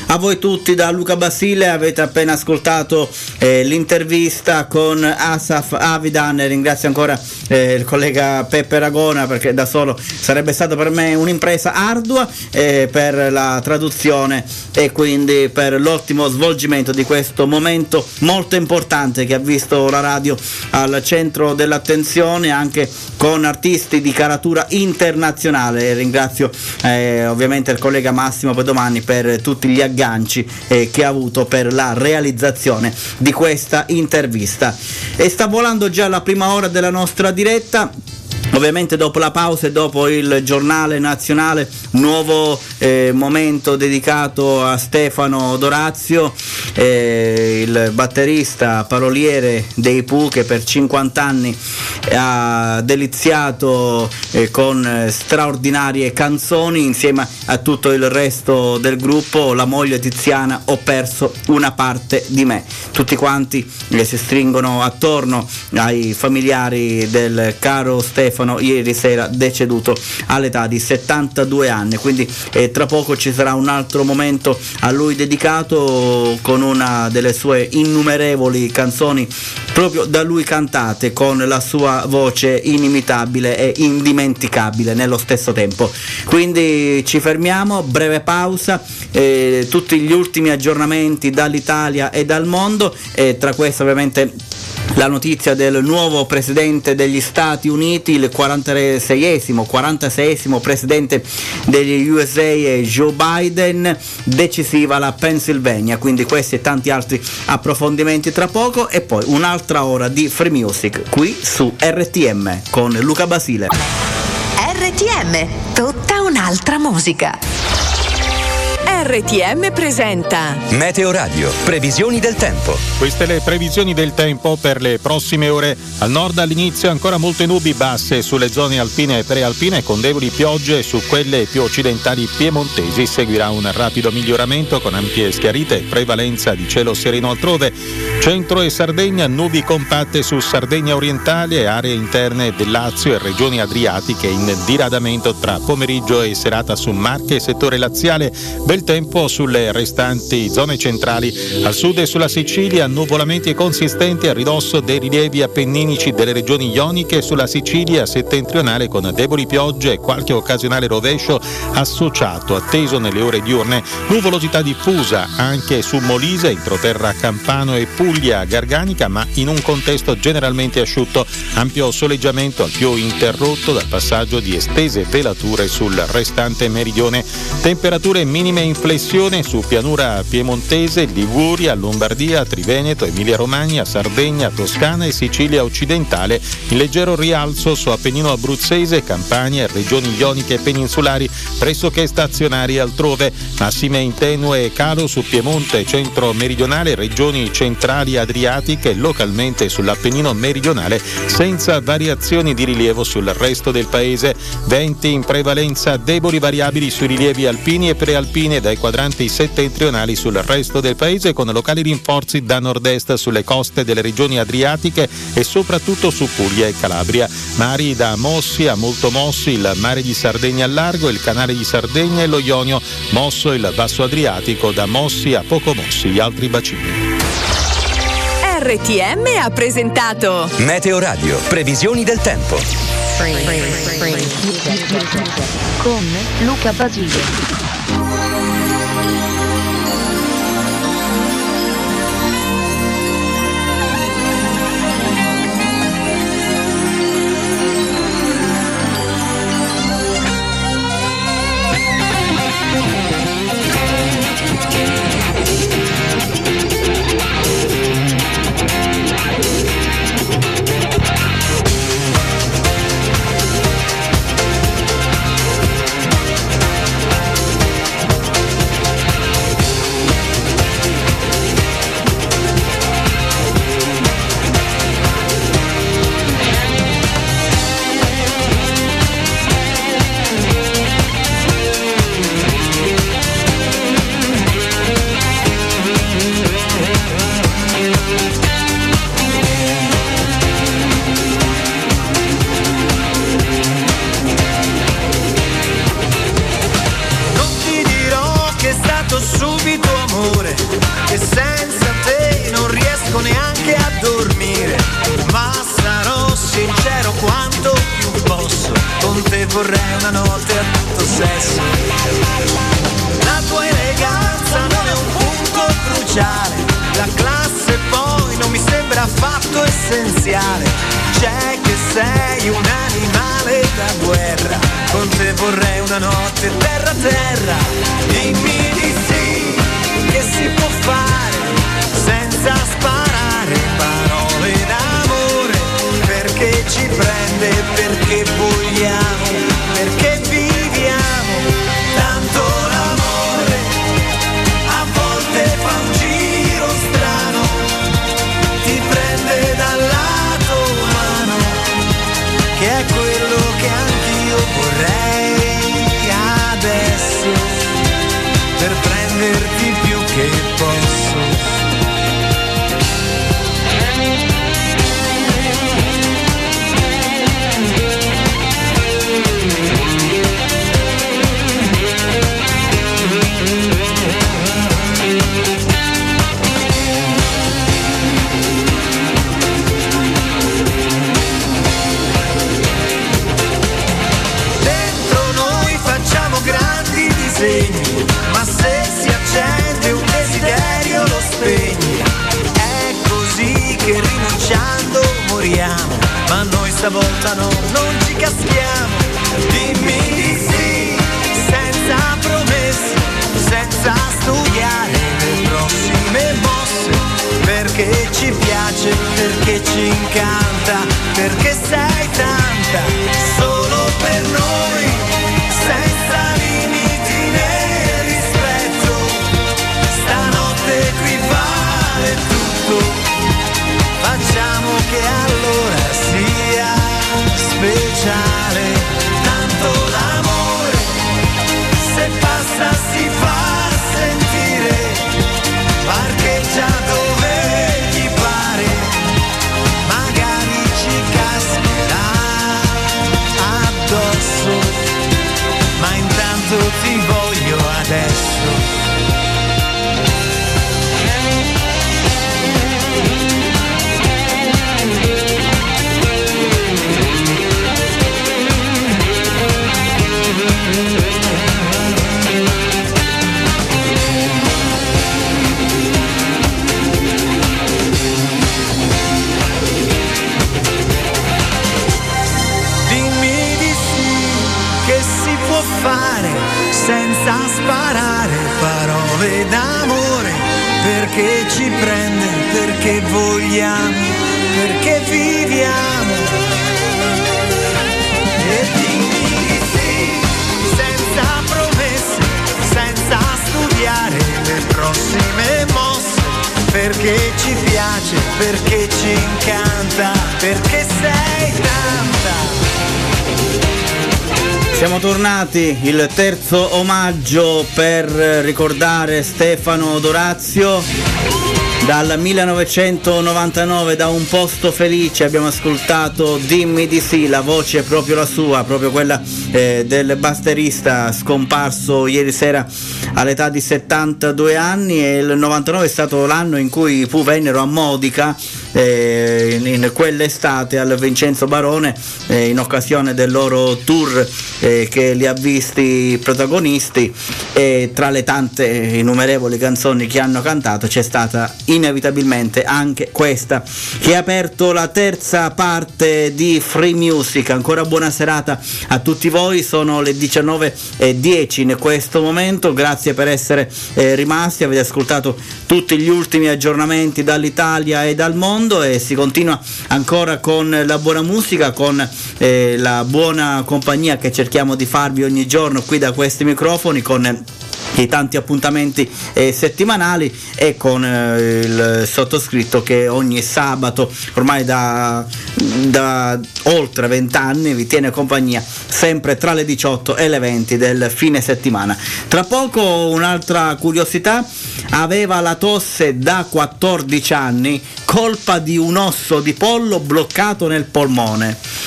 A voi tutti da Luca Basile, avete appena ascoltato l'intervista con Asaf Avidan. Ringrazio ancora il collega Peppe Ragona, perché da solo sarebbe stata per me un'impresa ardua, per la traduzione e quindi per l'ottimo svolgimento di questo momento molto importante che ha visto la radio al centro dell'attenzione, anche con artisti di caratura internazionale. Ringrazio ovviamente il collega Massimo Pedomani per tutti gli agganci che ha avuto per la realizzazione di questa intervista. E sta volando già la prima ora della nostra diretta. Ovviamente dopo la pausa e dopo il giornale nazionale, nuovo momento dedicato a Stefano Dorazio, il batterista paroliere dei Pooh, che per 50 anni ha deliziato con straordinarie canzoni insieme a tutto il resto del gruppo. La moglie Tiziana, ho perso una parte di me. Tutti quanti si stringono attorno ai familiari del caro Stefano, ieri sera deceduto all'età di 72 anni. Quindi tra poco ci sarà un altro momento a lui dedicato, con una delle sue innumerevoli canzoni proprio da lui cantate, con la sua voce inimitabile e indimenticabile nello stesso tempo. Quindi ci fermiamo, breve pausa, tutti gli ultimi aggiornamenti dall'Italia e dal mondo, e tra questo ovviamente la notizia del nuovo presidente degli Stati Uniti, il 46esimo presidente degli USA, Joe Biden. Decisiva la Pennsylvania. Quindi questi e tanti altri approfondimenti tra poco, e poi un'altra ora di Free Music qui su RTM con Luca Basile. RTM, tutta un'altra musica. RTM presenta Meteo Radio, previsioni del tempo. Queste le previsioni del tempo per le prossime ore. Al nord all'inizio ancora molte nubi basse sulle zone alpine e prealpine, con deboli piogge su quelle più occidentali piemontesi. Seguirà un rapido miglioramento con ampie schiarite e prevalenza di cielo sereno altrove. Centro e Sardegna, nubi compatte su Sardegna orientale e aree interne del Lazio e regioni adriatiche in diradamento tra pomeriggio e serata su Marche e settore laziale. Bel tempo sulle restanti zone centrali. Al sud e sulla Sicilia nuvolamenti consistenti a ridosso dei rilievi appenninici delle regioni ioniche, sulla Sicilia settentrionale con deboli piogge e qualche occasionale rovescio associato, atteso nelle ore diurne. Nuvolosità diffusa anche su Molise, entroterra Campano e Puglia Garganica, ma in un contesto generalmente asciutto. Ampio soleggiamento al più interrotto dal passaggio di estese velature sul restante meridione. Temperature minime in flessione su pianura piemontese, Liguria, Lombardia, Triveneto, Emilia-Romagna, Sardegna, Toscana e Sicilia occidentale. In leggero rialzo su Appennino abruzzese, Campania e regioni ioniche e peninsulari, pressoché stazionari altrove. Massime in tenue calo su Piemonte, centro meridionale, regioni centrali adriatiche e localmente sull'Appennino meridionale, senza variazioni di rilievo sul resto del paese. Venti in prevalenza deboli, variabili sui rilievi alpini e prealpine dai quadranti settentrionali sul resto del paese, con locali rinforzi da nord-est sulle coste delle regioni adriatiche e soprattutto su Puglia e Calabria. Mari da mossi a molto mossi, il mare di Sardegna al largo, il canale di Sardegna e lo Ionio, mosso il basso Adriatico da mossi a poco mossi gli altri bacini. RTM ha presentato Meteo Radio, previsioni del tempo. Con Luca Basile. subito amore, che senza te non riesco neanche a dormire, ma sarò sincero quanto più posso, con te vorrei una notte a tutto sesso. La tua eleganza non è un punto cruciale, la classe poi non mi sembra affatto essenziale, c'è che sei un animale da guerra, con te vorrei una notte terra terra. Dimmi di sì, che si può fare senza sparare parole d'amore, perché ci prende, perché vogliamo, perché viviamo tanto l'amore, a volte fa un giro strano, ti prende dal lato umano, che è quello che anch'io vorrei adesso, per prenderti più che posso. Ma se si accende un desiderio lo spegni, è così che rinunciando moriamo, ma noi stavolta no, non ci caschiamo. Dimmi di sì, senza promesse, senza studiare le prossime mosse, perché ci piace, perché ci incanta, perché sei tanta, solo per noi, senza limiti né rispetto, stanotte qui vale tutto, facciamo che allora sia speciale, tanto l'amore, se passa si fa sentire, parcheggia dove gli pare, magari ci cascherà addosso, ma intanto ti voglio adesso. Dimmi di sì, che si può fare senza sparare parole d'amore, perché ci prende, perché vogliamo, perché viviamo. E dimmi di sì, senza promesse, senza studiare le prossime mosse, perché ci piace, perché ci incanta, perché sei tanta. Siamo tornati, il terzo omaggio per ricordare Stefano Dorazio. Dal 1999, da Un posto felice, abbiamo ascoltato Dimmi di sì, la voce è proprio la sua, proprio quella del batterista scomparso ieri sera all'età di 72 anni, e il 99 è stato l'anno in cui i Pooh vennero a Modica in quell'estate al Vincenzo Barone in occasione del loro tour che li ha visti protagonisti, e tra le tante innumerevoli canzoni che hanno cantato c'è stata inevitabilmente anche questa che ha aperto la terza parte di Free Music. Ancora buona serata a tutti voi, sono le 19:10 in questo momento, grazie per essere rimasti, avete ascoltato tutti gli ultimi aggiornamenti dall'Italia e dal mondo, e si continua ancora con la buona musica, con la buona compagnia che cerchiamo di farvi ogni giorno qui da questi microfoni, con i tanti appuntamenti settimanali, e con il sottoscritto che ogni sabato ormai da oltre 20 anni vi tiene compagnia sempre tra le 18 e le 20 del fine settimana. Tra poco un'altra curiosità: aveva la tosse da 14 anni, colpa di un osso di pollo bloccato nel polmone.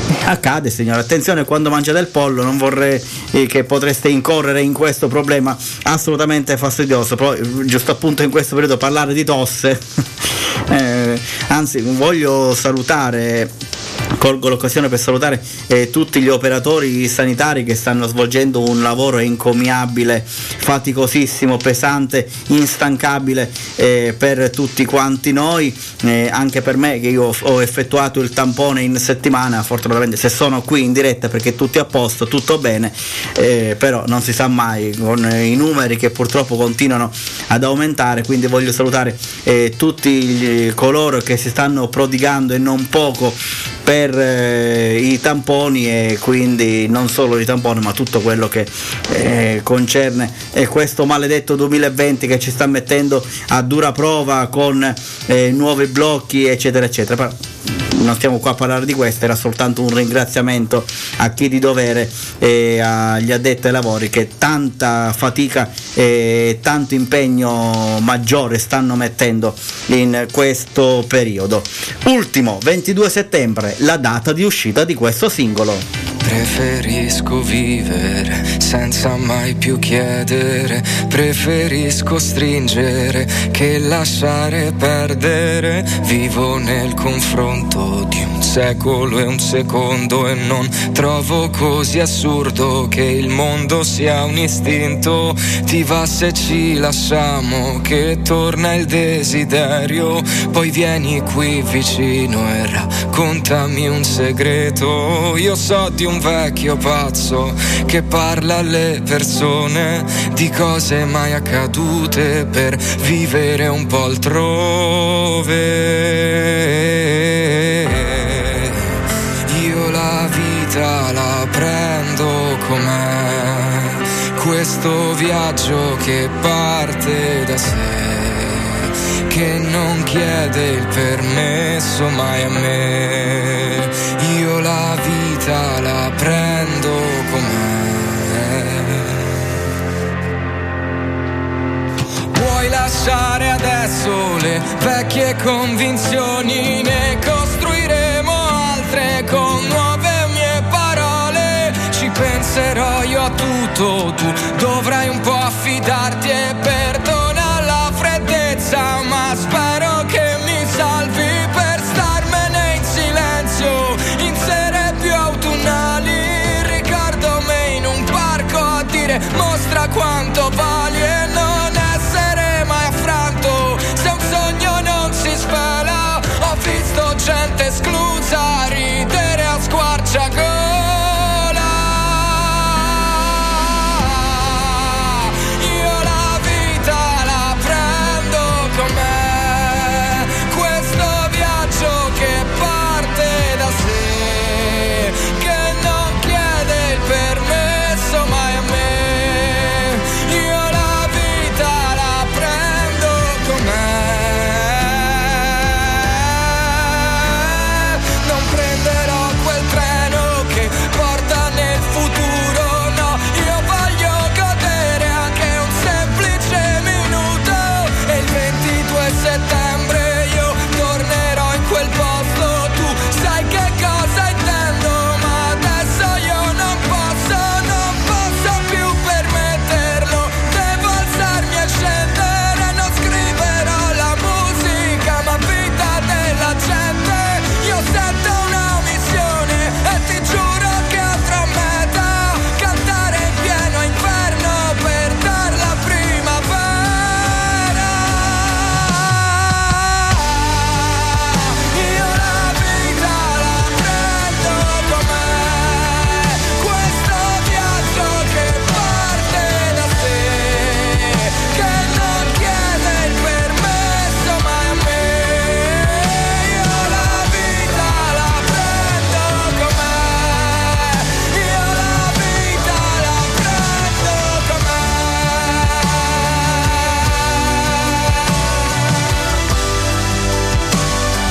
accade, signore. Attenzione, quando mangia del pollo non vorrei che potreste incorrere in questo problema assolutamente fastidioso. Però giusto appunto in questo periodo parlare di tosse anzi voglio salutare, colgo l'occasione per salutare tutti gli operatori sanitari che stanno svolgendo un lavoro encomiabile, faticosissimo, pesante, instancabile per tutti quanti noi, anche per me che io ho effettuato il tampone in settimana. Fortunatamente se sono qui in diretta perché tutto è a posto, tutto bene, però non si sa mai con i numeri che purtroppo continuano ad aumentare, quindi voglio salutare tutti coloro che si stanno prodigando e non poco per i tamponi, e quindi non solo i tamponi ma tutto quello che concerne questo maledetto 2020 che ci sta mettendo a dura prova con nuovi blocchi eccetera eccetera. Però non stiamo qua a parlare di questo, era soltanto un ringraziamento a chi di dovere e agli addetti ai lavori che tanta fatica e tanto impegno maggiore stanno mettendo in questo periodo. Ultimo 22 settembre, la data di uscita di questo singolo. Preferisco vivere senza mai più chiedere, preferisco stringere che lasciare perdere. Vivo nel confronto di un secolo e un secondo e non trovo così assurdo che il mondo sia un istinto. Ti va se ci lasciamo che torna il desiderio, poi vieni qui vicino e raccontami un segreto. Io so di un vecchio pazzo che parla alle persone di cose mai accadute per vivere un po' altrove. Io la vita la prendo com'è, questo viaggio che parte da sé, che non chiede il permesso mai a me. Io la vita la prendo com'è. Vuoi lasciare adesso le vecchie convinzioni? Ne costruiremo altre con nuove mie parole. Ci penserò io a tutto, tu dovrai un po' affidarti e perdona la freddezza, ma spero che mi salvi per starmene in silenzio in sere più autunnali. Ricordo me in un parco a dire mostra quanto vali e non essere mai affranto se un sogno non si svela. Ho visto gente esclusa ridere a squarciagola. Prendere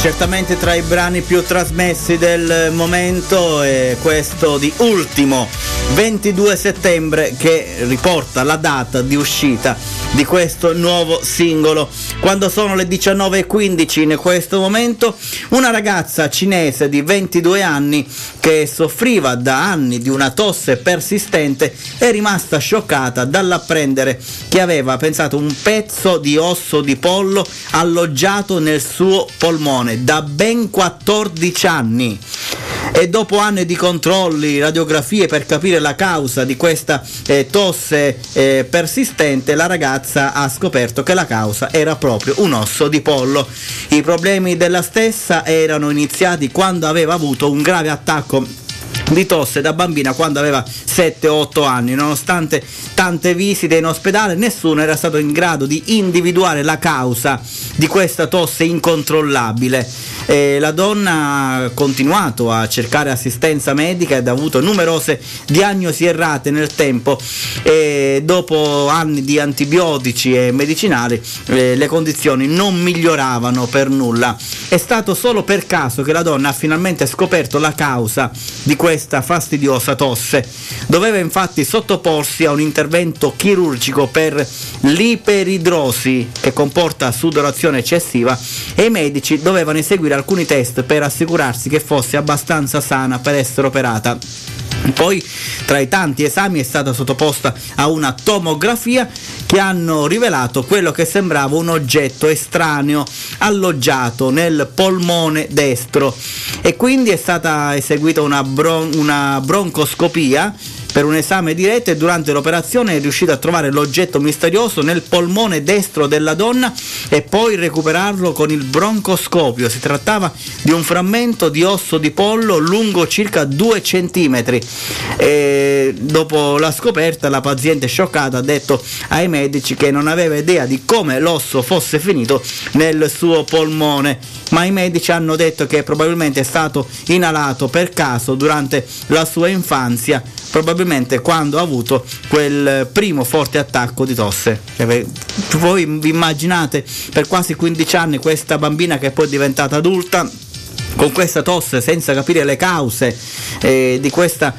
Certamente tra i brani più trasmessi del momento è questo di Ultimo, 22 settembre, che riporta la data di uscita di questo nuovo singolo. Quando sono le 19:15 in questo momento, una ragazza cinese di 22 anni che soffriva da anni di una tosse persistente è rimasta scioccata dall'apprendere che aveva, pensato, un pezzo di osso di pollo alloggiato nel suo polmone da ben 14 anni. E dopo anni di controlli, radiografie per capire la causa di questa tosse persistente, la ragazza ha scoperto che la causa era proprio un osso di pollo. I problemi della stessa erano iniziati quando aveva avuto un grave attacco di tosse da bambina quando aveva 7-8 anni. Nonostante tante visite in ospedale, nessuno era stato in grado di individuare la causa di questa tosse incontrollabile. La donna ha continuato a cercare assistenza medica ed ha avuto numerose diagnosi errate nel tempo, e dopo anni di antibiotici e medicinali le condizioni non miglioravano per nulla. È stato solo per caso che la donna ha finalmente scoperto la causa di questa fastidiosa tosse. Doveva infatti sottoporsi a un intervento chirurgico per l'iperidrosi, che comporta sudorazione eccessiva, e i medici dovevano eseguire alcuni test per assicurarsi che fosse abbastanza sana per essere operata. Poi, tra i tanti esami, è stata sottoposta a una tomografia che hanno rivelato quello che sembrava un oggetto estraneo alloggiato nel polmone destro, e quindi è stata eseguita una broncoscopia per un esame diretto, e durante l'operazione è riuscito a trovare l'oggetto misterioso nel polmone destro della donna e poi recuperarlo con il broncoscopio. Si trattava di un frammento di osso di pollo lungo circa 2 centimetri. E dopo la scoperta, la paziente, scioccata, ha detto ai medici che non aveva idea di come l'osso fosse finito nel suo polmone, ma i medici hanno detto che probabilmente è stato inalato per caso durante la sua infanzia, probabilmente quando ha avuto quel primo forte attacco di tosse. Voi vi immaginate, per quasi 15 anni questa bambina che poi è diventata adulta con questa tosse senza capire le cause di questa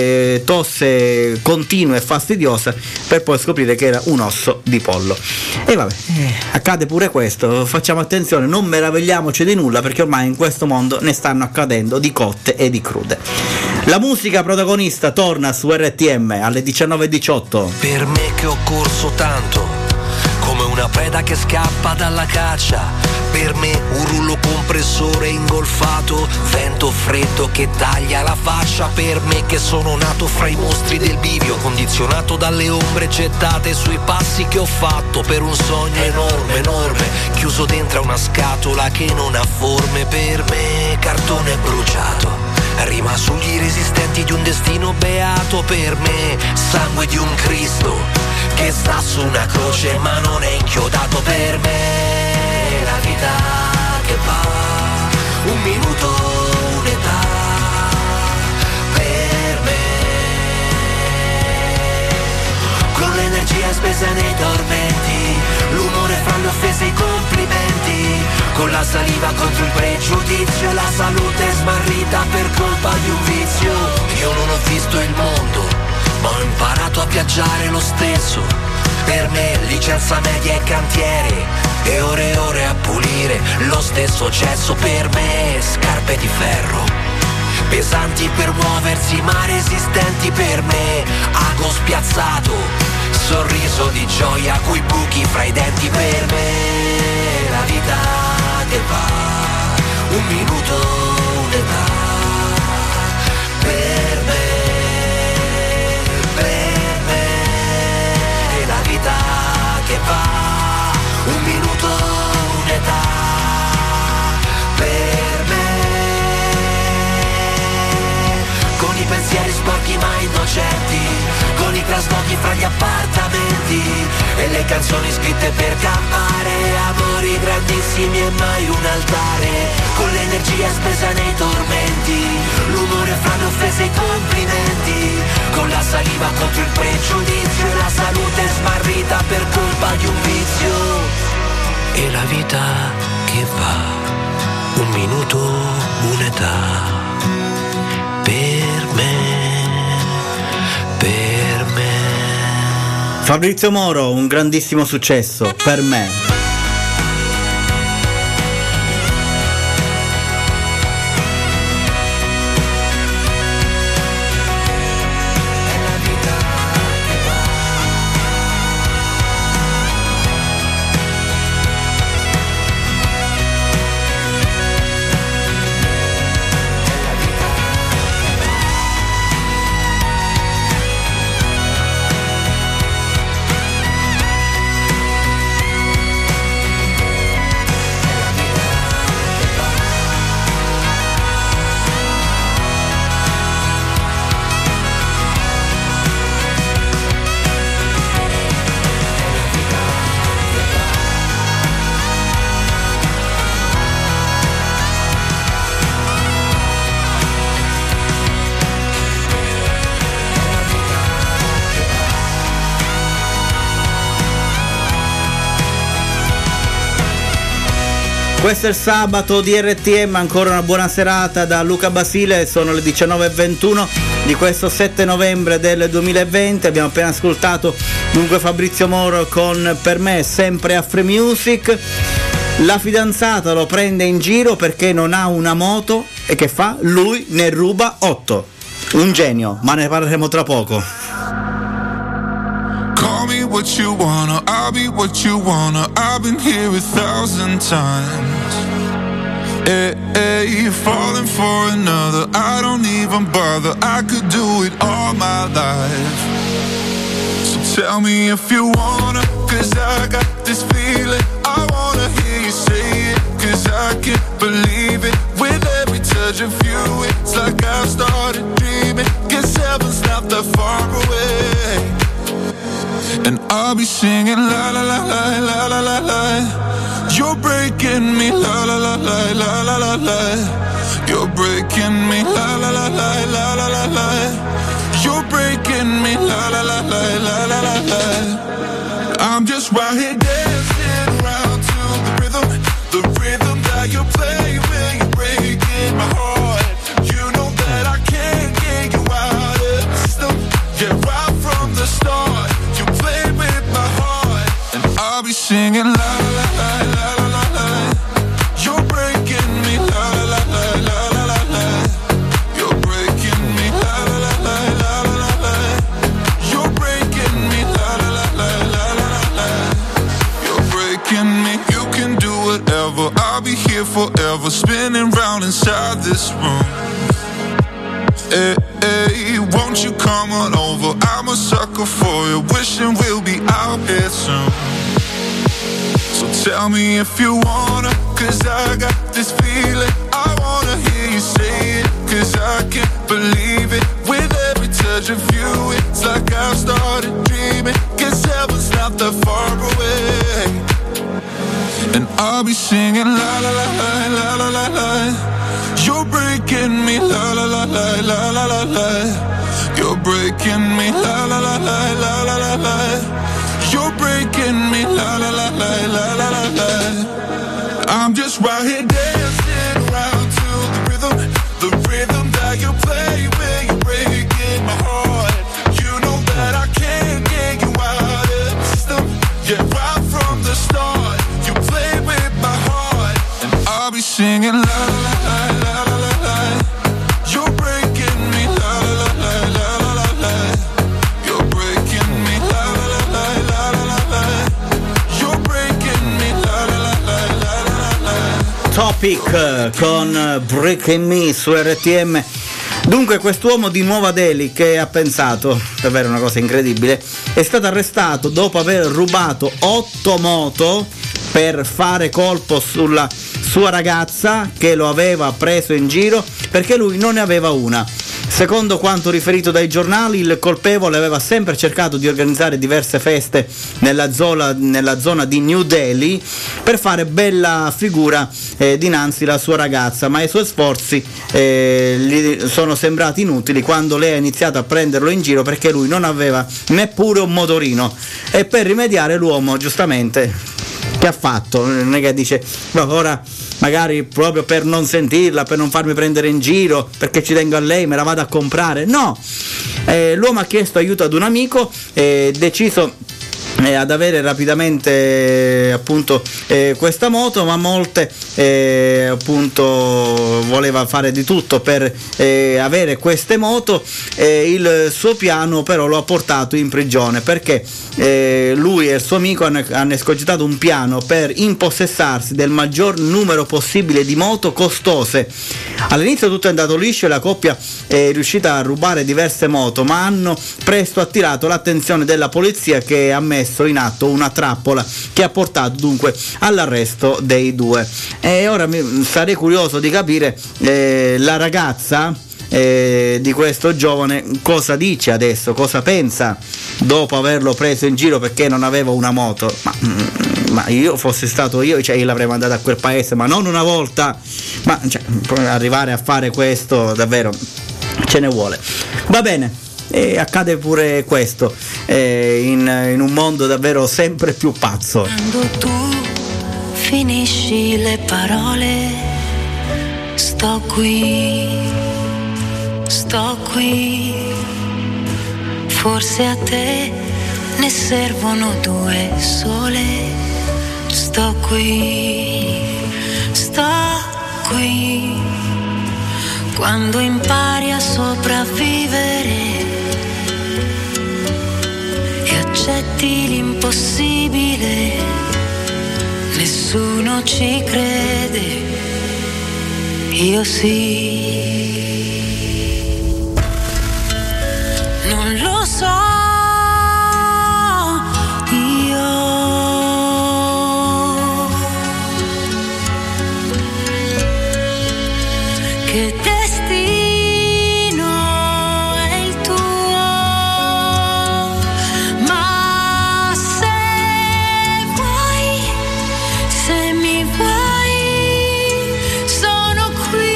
tosse continua e fastidiosa, per poi scoprire che era un osso di pollo. E vabbè, accade pure questo, facciamo attenzione, non meravigliamoci di nulla, perché ormai in questo mondo ne stanno accadendo di cotte e di crude. La musica protagonista torna su RTM alle 19:18. Per me che ho corso tanto, come una preda che scappa dalla caccia. Per me un rullo compressore ingolfato, vento freddo che taglia la faccia. Per me che sono nato fra i mostri del bivio, condizionato dalle ombre gettate sui passi che ho fatto per un sogno enorme, enorme, chiuso dentro a una scatola che non ha forme. Per me cartone bruciato, rima sugli resistenti di un destino beato. Per me sangue di un Cristo che sta su una croce ma non è inchiodato. Per me la vita che va, un minuto, un'età. Per me, con l'energia spesa nei tormenti, l'umore fra le offese e i complimenti, con la saliva contro il pregiudizio, la salute smarrita per colpa di un vizio. Io non ho visto il mondo, ma ho imparato a viaggiare lo stesso. Per me licenza media e cantiere, e ore e ore a pulire lo stesso cesso. Per me scarpe di ferro, pesanti per muoversi ma resistenti. Per me ago spiazzato, sorriso di gioia coi buchi fra i denti. Per me la vita che va, un minuto, un'età. Per me la vita che va, un minuto, un'età. Per me, con i pensieri sporchi ma innocenti, con i traslochi fra gli appartamenti e le canzoni scritte per campare, amori grandissimi e mai un altare, con l'energia spesa nei tormenti, l'umore fra le offese e i complimenti, con la saliva contro il pregiudizio e la salute smarrita per colpa di un vizio. E la vita che va, un minuto, un'età. Per me. Fabrizio Moro, un grandissimo successo per me. Questo è il sabato di RTM, ancora una buona serata da Luca Basile, sono le 19:21 di questo 7 novembre del 2020, abbiamo appena ascoltato dunque Fabrizio Moro con Per me sempre a Free Music. La fidanzata lo prende in giro perché non ha una moto e che fa? Lui ne ruba 8. Un genio, ma ne parleremo tra poco. Call me what you wanna, I'll be what you wanna. I've been here 1,000 times. Hey, falling for another, I don't even bother. I could do it all my life. So tell me if you wanna, 'cause I got this feeling. I wanna hear you say it, 'cause I can't believe it. With every touch of you, it's like I've started dreaming. 'Cause heaven's not that far away. And I'll be singing la la la la la la la la. You're breaking me la la la la la la la la. You're breaking me la la la la la la la la. You're breaking me la la la la la la la la. I'm just right here dancing around to the rhythm that you play when you're breaking my heart. You know that I can't get you out of the system. Yeah, right from the start. I'll be singing la la la la la la la. You're breaking me la la la la la la la. You're breaking me la la la la la la la. You're breaking me la la la la la la la. You're breaking me. You can do whatever. I'll be here forever, spinning round inside this room. Hey, won't you come on over? I'm a sucker for you, wishing we'll be out here soon. So tell me if you wanna, 'cause I got this feeling. I wanna hear you say it, 'cause I can't believe it. With every touch of you, it's like I've started dreaming. 'Cause heaven's not that far away. And I'll be singing la la la la la la la la. You're breaking me la la la la la la la la. You're breaking me la la la la la la la la. You're breaking me la la la la la la la la. I'm just right here dancing around to the rhythm that you play when you're breaking my heart. You know that I can't get you out of the system. Yeah, right from the start, you play with my heart, and I'll be singing la la la la la la la. You're breaking me la la la la la la la. You're breaking me la la la la la la la la. You're breaking me la la la la la la la. Topic con Breaking Me su RTM. Dunque quest'uomo di Nuova Delhi, che ha pensato, davvero una cosa incredibile, è stato arrestato dopo aver rubato 8 moto per fare colpo sulla sua ragazza che lo aveva preso in giro perché lui non ne aveva una. Secondo quanto riferito dai giornali, il colpevole aveva sempre cercato di organizzare diverse feste nella zona di New Delhi per fare bella figura dinanzi alla sua ragazza, ma i suoi sforzi gli sono sembrati inutili quando lei ha iniziato a prenderlo in giro perché lui non aveva neppure un motorino, e per rimediare l'uomo giustamente che ha fatto? Non è che dice ora magari proprio per non sentirla, per non farmi prendere in giro, perché ci tengo a lei, me la vado a comprare. No, l'uomo ha chiesto aiuto ad un amico, deciso ad avere rapidamente appunto questa moto, ma molte appunto voleva fare di tutto per avere queste moto. Il suo piano però lo ha portato in prigione, perché lui e il suo amico hanno escogitato un piano per impossessarsi del maggior numero possibile di moto costose. All'inizio tutto è andato liscio e la coppia è riuscita a rubare diverse moto, ma hanno presto attirato l'attenzione della polizia, che ha messo in atto una trappola che ha portato dunque all'arresto dei due. E ora sarei curioso di capire la ragazza di questo giovane cosa dice adesso, cosa pensa dopo averlo preso in giro perché non aveva una moto. Ma io fossi stato io l'avrei mandato a quel paese, ma non una volta, ma arrivare a fare questo davvero ce ne vuole. Va bene, e accade pure questo in un mondo davvero sempre più pazzo. Quando tu finisci le parole, sto qui, forse a te ne servono due sole. Sto qui, quando impari a sopravvivere e accetti l'impossibile, nessuno ci crede, io sì. Non lo so, che destino è il tuo, ma se mi vuoi, sono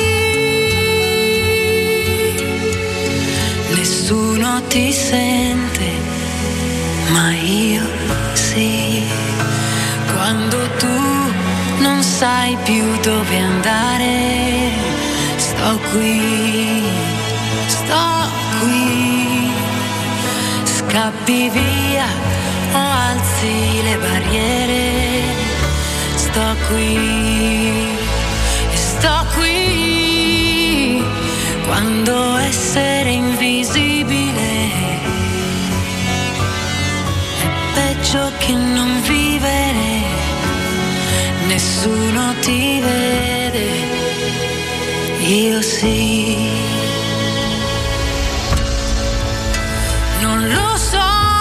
qui. Nessuno ti sente, ma io sì. Quando tu non sai più dove andare, sto qui, scappi via o alzi le barriere, sto qui, quando essere invisibile è peggio che non vivere, nessuno ti vede, io sì. Non lo so,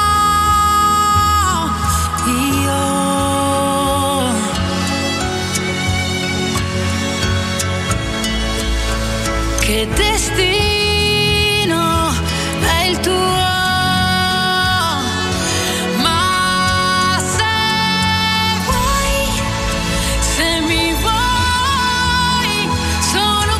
che destino è il tuo, ma se mi vuoi, sono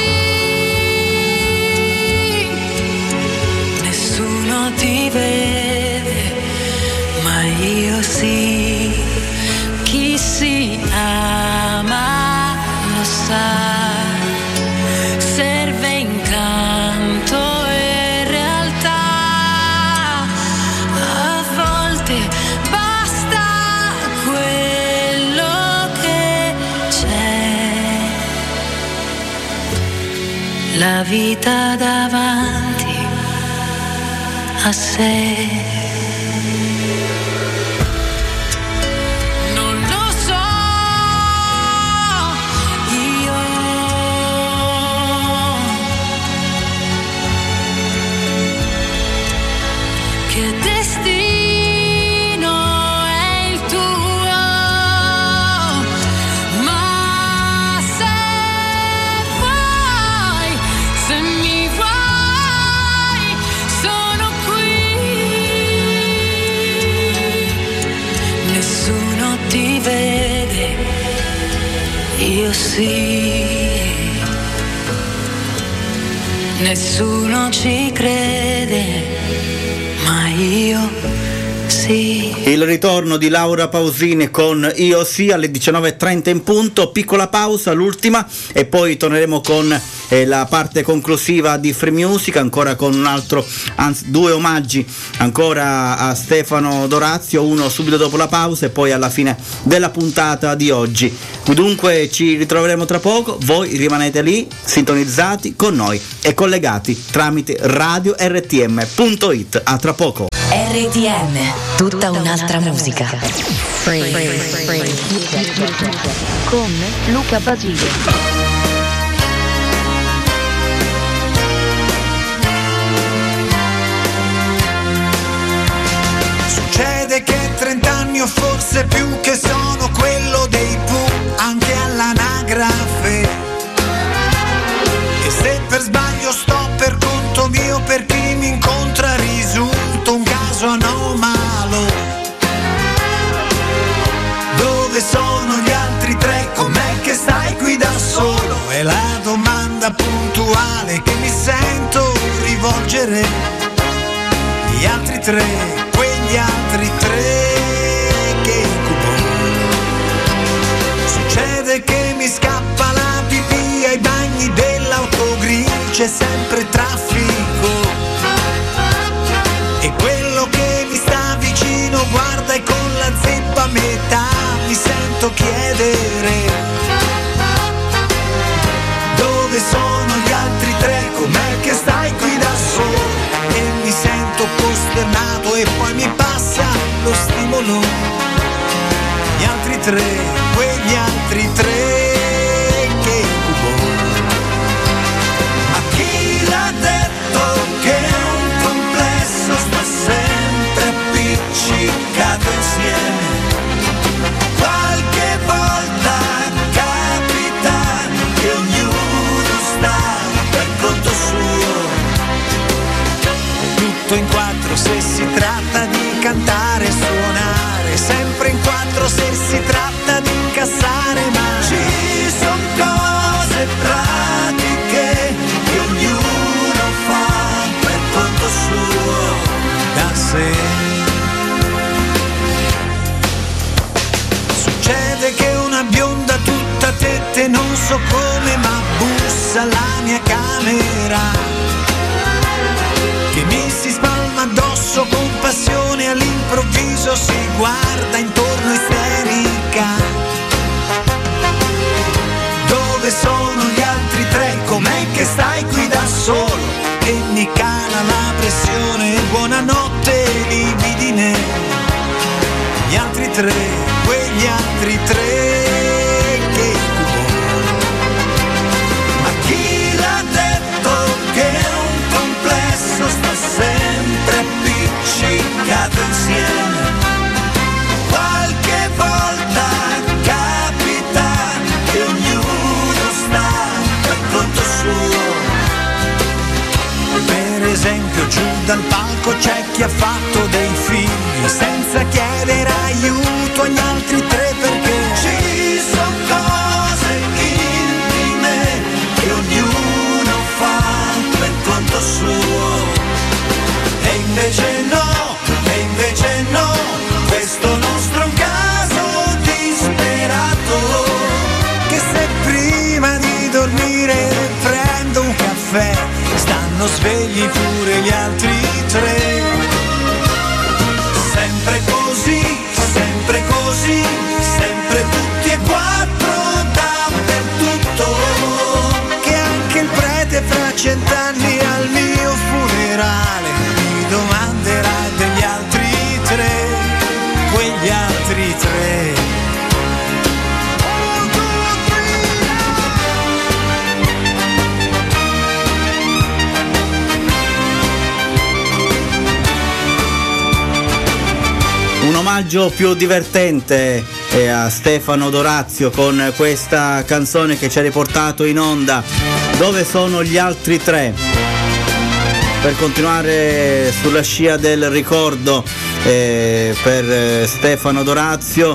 qui. Nessuno ti vede, ma io sì. Chi si ama lo sa, serve incanto e realtà, a volte basta quello che c'è, la vita davanti a sé. Io sì, nessuno ci crede, ma io sì. sì. Il ritorno di Laura Pausini con Io sì alle 19.30 in punto, piccola pausa, l'ultima, e poi torneremo con la parte conclusiva di Free Music, ancora con un altro, anzi 2 omaggi ancora a Stefano Dorazio, uno subito dopo la pausa e poi alla fine della puntata di oggi. Dunque ci ritroveremo tra poco, voi rimanete lì sintonizzati con noi e collegati tramite radio rtm.it. A tra poco. RTM, tutta un'altra musica. Con Luca Basile. Succede che 30 anni o forse più che sono quello dei Pooh anche all'anagrafe. E se per sbaglio sto per conto mio, per chi mi incontra risulto un caso anomalo. Dove sono gli altri 3? Com'è che stai qui da solo? È la domanda puntuale che mi sento rivolgere. Gli altri 3, quegli altri 3 che incubo. Succede che mi scappa la pipì ai bagni dell'autogrill, c'è sempre traffico. E quello che mi sta vicino guarda e con la zeppa a metà mi sento chiedere: dove sono gli altri 3? Com'è che stai qui da solo? E mi sento costernato e poi mi passa lo stimolo. Gli altri 3, quegli altri 3 che incubo. Ma chi l'ha detto che un complesso sta sempre appiccicato insieme? Qualche volta capita che ognuno sta per conto suo. Tutto in 4 se si tratta di cantare e suonare, sempre in 4 se si tratta di incassare, ma ci son cose pratiche che ognuno fa per conto suo, da sé. Succede che una bionda tutta tette, non so come, ma bussa alla mia camera, che mi si spalma addosso con passione, all'improvviso si guarda intorno isterica. Dove sono gli altri 3? Com'è che stai qui da solo? E mi cala la pressione, buonanotte libidine. Gli altri 3, quegli altri 3 che incubo. Ma chi l'ha detto che un complesso sta sempre appiccicato insieme? Qualche volta capita che ognuno sta per conto suo. Per esempio giù dal palco c'è chi ha fatto dei figli senza chiedere aiuto agli altri 3, perché ci sono cose intime che ognuno fa per conto suo. E invece no, questo nostro è un caso disperato, che se prima di dormire prendo un caffè, stanno svegli pure gli altri 3. Sempre così, sempre tutti e 4 dappertutto, che anche il prete fra 100 anni al mio funerale mi domanderà degli altri 3, quegli altri 3. Un omaggio più divertente a Stefano Dorazio con questa canzone che ci ha riportato in onda, Dove sono gli altri 3? Per continuare sulla scia del ricordo per Stefano Dorazio,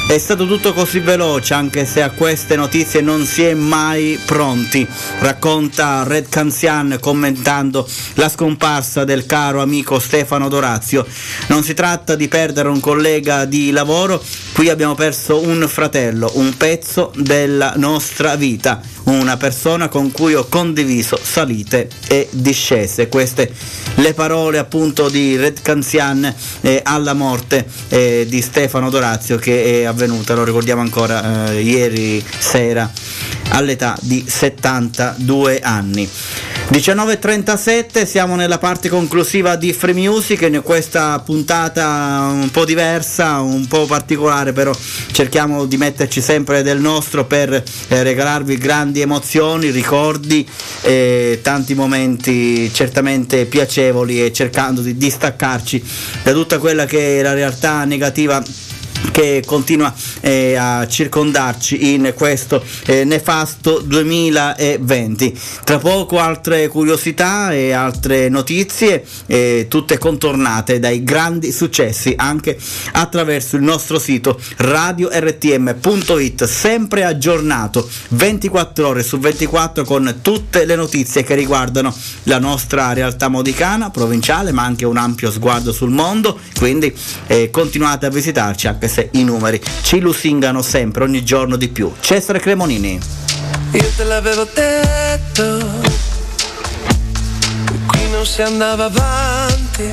È stato tutto così veloce, anche se a queste notizie non si è mai pronti, racconta Red Canzian commentando la scomparsa del caro amico Stefano D'Orazio. Non si tratta di perdere un collega di lavoro, qui abbiamo perso un fratello, un pezzo della nostra vita, una persona con cui ho condiviso salite e discese. Queste le parole appunto di Red Canzian alla morte di Stefano D'Orazio, che è avvenuta, lo ricordiamo ancora, ieri sera all'età di 72 anni. 19:37, siamo nella parte conclusiva di Free Music, in questa puntata un po' diversa, un po' particolare, però cerchiamo di metterci sempre del nostro per regalarvi grandi emozioni, ricordi e tanti momenti certamente piacevoli, e cercando di distaccarci da tutta quella che è la realtà negativa che continua a circondarci in questo nefasto 2020. Tra poco altre curiosità e altre notizie, tutte contornate dai grandi successi anche attraverso il nostro sito radiortm.it, sempre aggiornato 24 ore su 24 con tutte le notizie che riguardano la nostra realtà modicana, provinciale, ma anche un ampio sguardo sul mondo. Quindi continuate a visitarci, anche se i numeri ci lusingano sempre, ogni giorno di più. Cesare Cremonini. Io te l'avevo detto, qui non si andava avanti.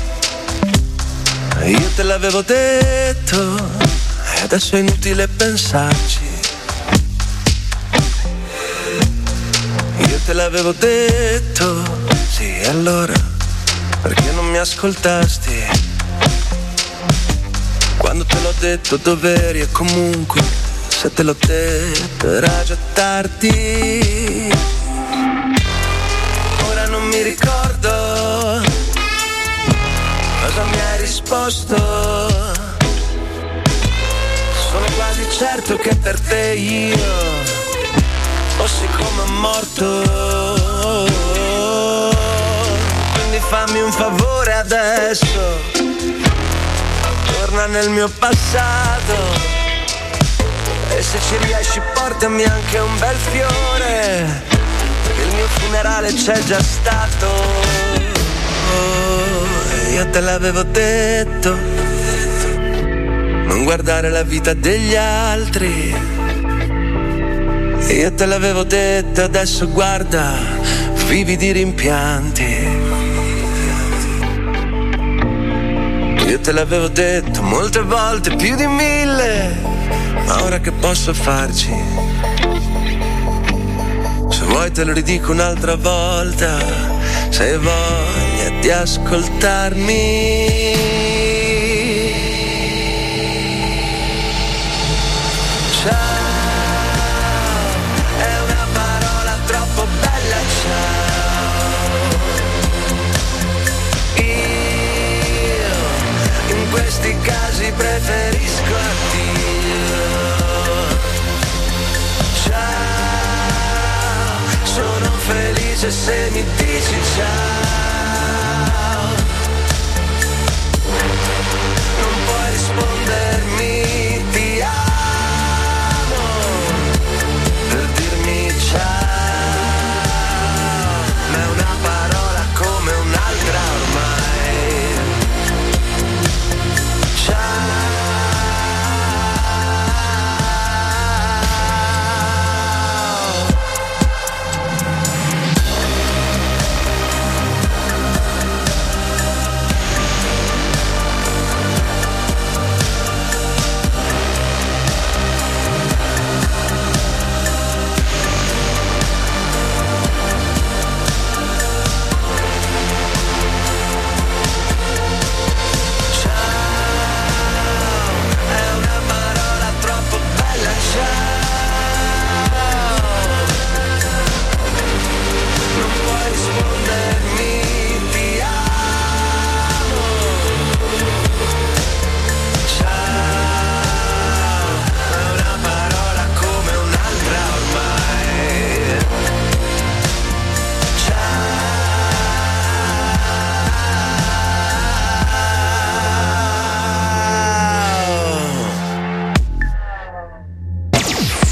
Io te l'avevo detto, e adesso è inutile pensarci. Io te l'avevo detto, sì, allora perché non mi ascoltasti? Quando te l'ho detto dov'eri, e comunque se te l'ho detto era già tardi. Ora non mi ricordo cosa mi hai risposto. Sono quasi certo che per te io fossi come un morto. Quindi fammi un favore adesso, torna nel mio passato, e se ci riesci portami anche un bel fiore, perché il mio funerale c'è già stato. Io te l'avevo detto, non guardare la vita degli altri. Io te l'avevo detto, adesso guarda, vivi di rimpianti. Io te l'avevo detto molte volte, più di 1000, ma ora che posso farci? Se vuoi te lo ridico un'altra volta, se hai voglia di ascoltarmi. Ciao, è una parola troppo bella, ciao. In questi casi preferisco addio. Ciao, sono felice se mi dici ciao. Non puoi rispondermi ti amo per dirmi ciao, ma è una parola come un'altra ormai.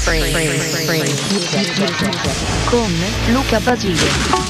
Con Luca Basile.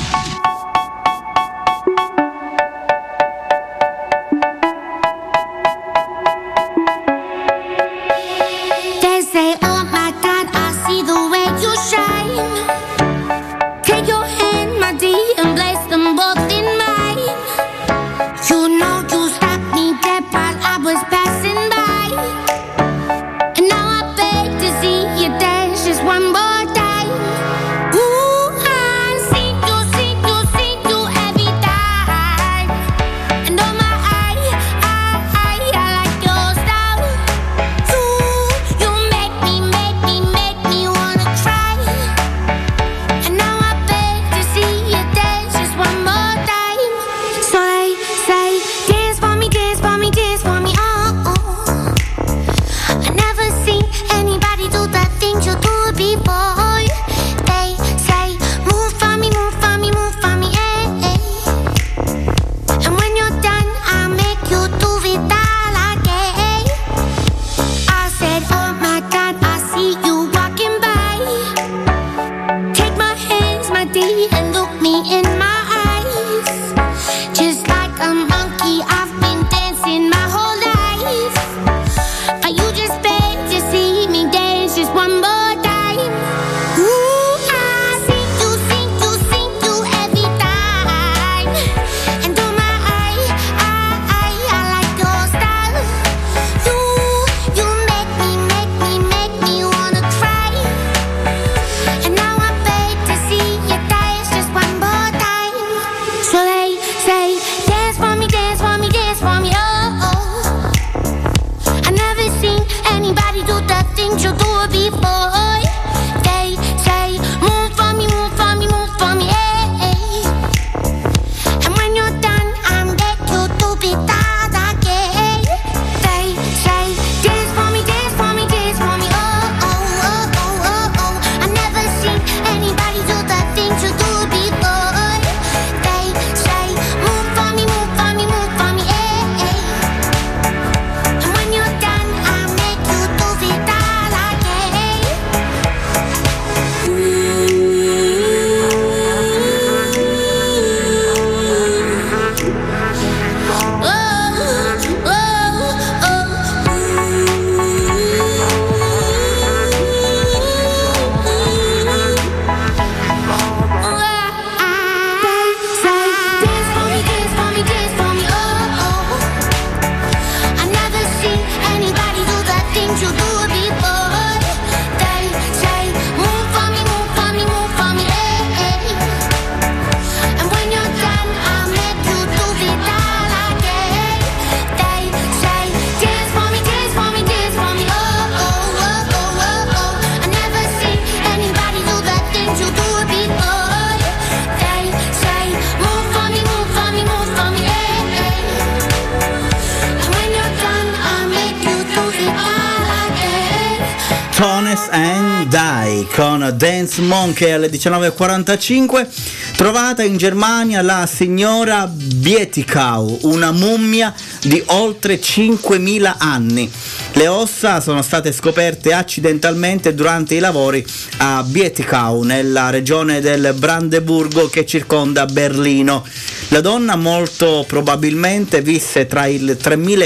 And Die con Dance Monkey alle 19.45. Trovata in Germania la signora Bietigau, una mummia di oltre 5.000 anni. Le ossa sono state scoperte accidentalmente durante i lavori a Bietigau, nella regione del Brandeburgo che circonda Berlino. La donna molto probabilmente visse tra il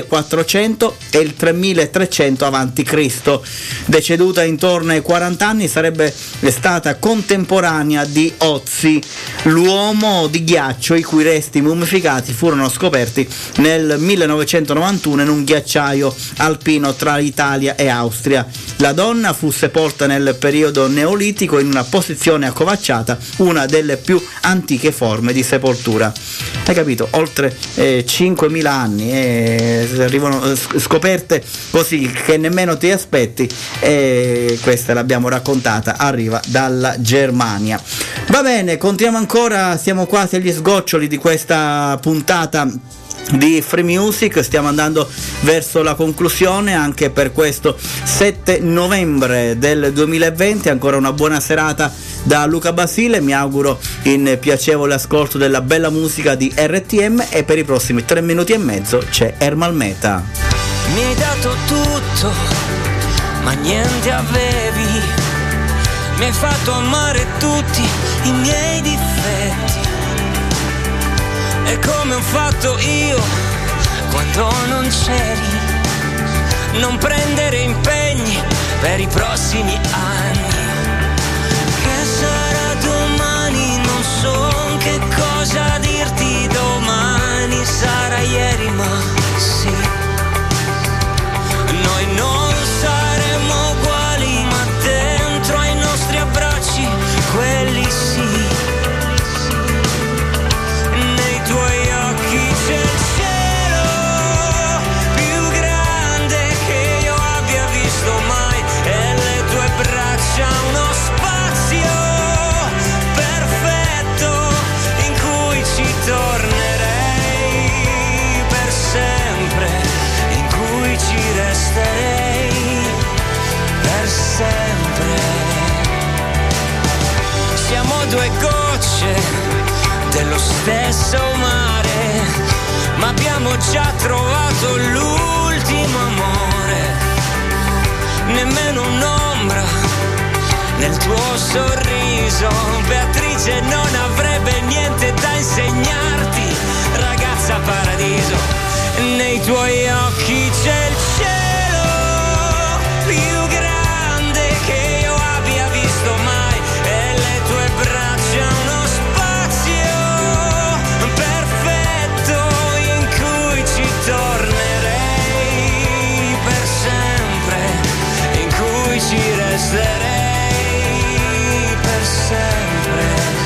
3400 e il 3300 a.C. Deceduta intorno ai 40 anni, sarebbe stata contemporanea di Ötzi, l'uomo di ghiaccio i cui resti mummificati furono scoperti nel 1991 in un ghiacciaio alpino tra Italia e Austria. La donna fu sepolta nel periodo neolitico in una posizione accovacciata, una delle più antiche forme di sepoltura. Hai capito? Oltre 5.000 anni arrivano scoperte così che nemmeno ti aspetti, e questa l'abbiamo raccontata, arriva dalla Germania. Va bene, contiamo ancora, siamo quasi agli sgoccioli di questa puntata di Free Music, stiamo andando verso la conclusione anche per questo 7 novembre del 2020. Ancora una buona serata da Luca Basile, mi auguro in piacevole ascolto della bella musica di RTM, e per i prossimi 3 minuti e mezzo c'è Ermal Meta. Mi hai dato tutto, ma niente avevi, mi hai fatto amare tutti i miei difetti. E come ho fatto io quando non c'eri, non prendere impegni per i prossimi anni. Che sarà domani, non so che cosa dirti domani, sarà ieri ma sì. Noi non saremo uguali ma dentro ai nostri abbracci quelli sì. Nei tuoi occhi c'è il cielo più grande che io abbia visto mai, e le tue braccia uno spazio perfetto in cui ci tornerei per sempre, in cui ci resterei per sempre. Siamo due gocce dello stesso mare, ma abbiamo già trovato l'ultimo amore. Nemmeno un'ombra nel tuo sorriso, Beatrice non avrebbe niente da insegnarti, ragazza paradiso. Nei tuoi occhi c'è il cielo più grande che io abbia visto mai, e le tue braccia uno spazio perfetto in cui ci tornerei per sempre, in cui ci resterei per sempre.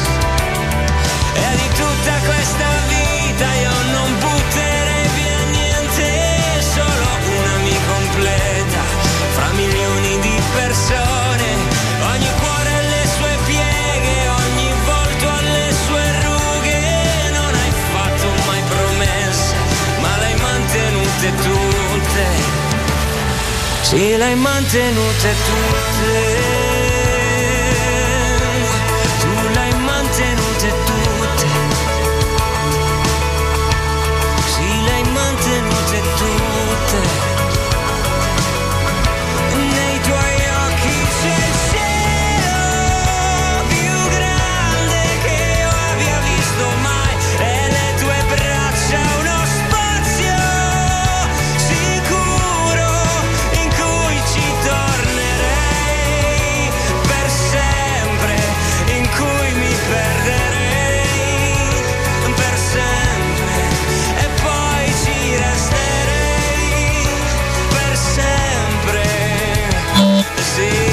E di tutta questa vita io non butterei via niente, solo una mi completa fra milioni di persone. Ogni cuore ha le sue pieghe, ogni volto ha le sue rughe. Non hai fatto mai promesse, ma le hai mantenute tutte. Sì, le hai mantenute tutte. Tu le hai mantenute tutte. Sì, le hai mantenute tutte. Nei tuoi occhi c'è il cielo più grande che io abbia visto mai, e le tue braccia uno spazio sicuro in cui ci tornerei per sempre, in cui mi perderei per sempre, e poi ci resterei per sempre. Sì.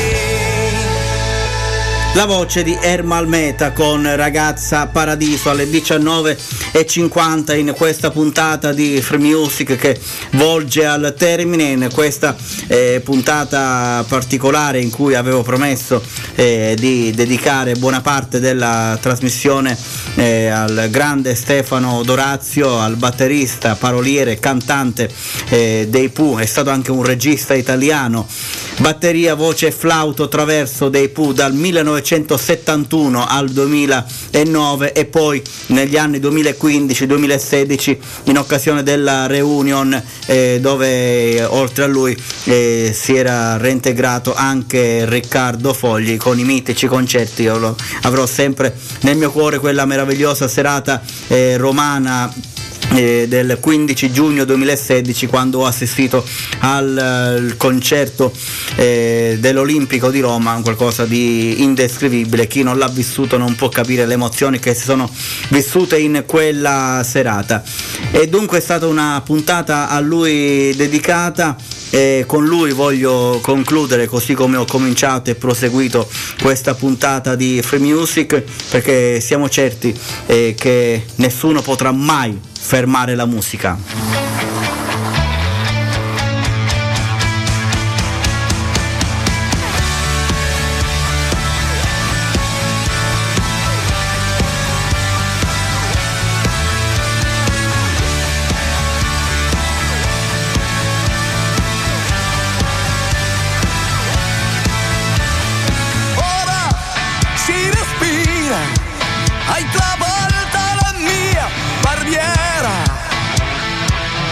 La voce di Ermal Meta con Ragazza Paradiso alle 19:50 in questa puntata di Free Music che volge al termine, in questa puntata particolare in cui avevo promesso di dedicare buona parte della trasmissione al grande Stefano Dorazio, al batterista, paroliere, cantante dei Pooh. È stato anche un regista italiano, batteria, voce e flauto traverso dei Pooh dal 1971 al 2009 e poi negli anni 2015-2016 in occasione della reunion dove oltre a lui si era reintegrato anche Riccardo Fogli con i mitici concerti. Io avrò sempre nel mio cuore quella meravigliosa serata romana del 15 giugno 2016, quando ho assistito al concerto dell'Olimpico di Roma, qualcosa di indescrivibile. Chi non l'ha vissuto non può capire le emozioni che si sono vissute in quella serata, e dunque è stata una puntata a lui dedicata. E con lui voglio concludere, così come ho cominciato e proseguito questa puntata di Free Music, perché siamo certi che nessuno potrà mai fermare la musica. Hai travolto la mia barriera,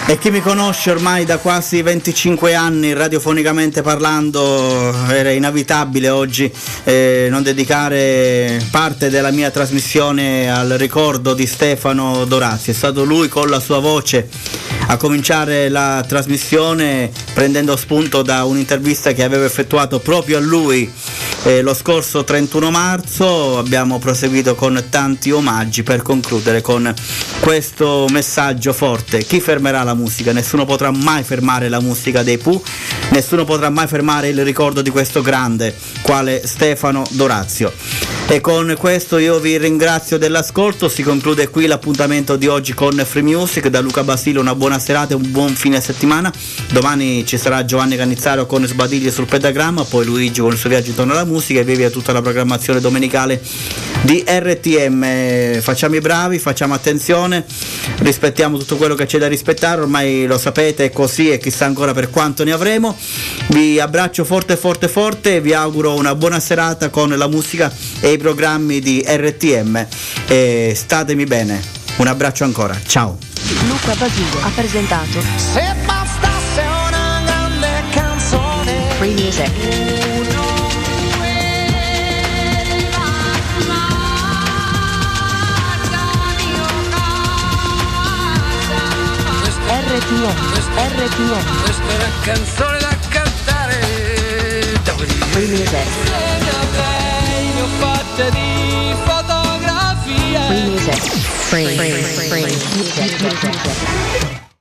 E chi mi conosce ormai da quasi 25 anni, radiofonicamente parlando, era inevitabile oggi non dedicare parte della mia trasmissione al ricordo di Stefano Dorazio. È stato lui con la sua voce a cominciare la trasmissione, prendendo spunto da un'intervista che avevo effettuato proprio a lui lo scorso 31 marzo. Abbiamo proseguito con tanti omaggi per concludere con questo messaggio forte: chi fermerà la musica? Nessuno potrà mai fermare la musica dei Pooh, nessuno potrà mai fermare il ricordo di questo grande quale Stefano Dorazio. E con questo io vi ringrazio dell'ascolto. Si conclude qui l'appuntamento di oggi con Free Music. Da Luca Basile una buona serata e un buon fine settimana. Domani ci sarà Giovanni Cannizzaro con Sbadiglie sul Pentagramma, poi Luigi con il suo viaggio intorno alla musica, e via tutta la programmazione domenicale di RTM. Facciamo i bravi, facciamo attenzione, rispettiamo tutto quello che c'è da rispettare, ormai lo sapete, è così, e chissà ancora per quanto ne avremo. Vi abbraccio forte forte forte e vi auguro una buona serata con la musica e i programmi di RTM, e statemi bene. Un abbraccio ancora, ciao. Luca Basile ha presentato Se bastasse una grande canzone, Free Music. RTM. Questa è una canzone da cantare. Free Music. Ne ho fatte di fotografie. Free Music. Free Music.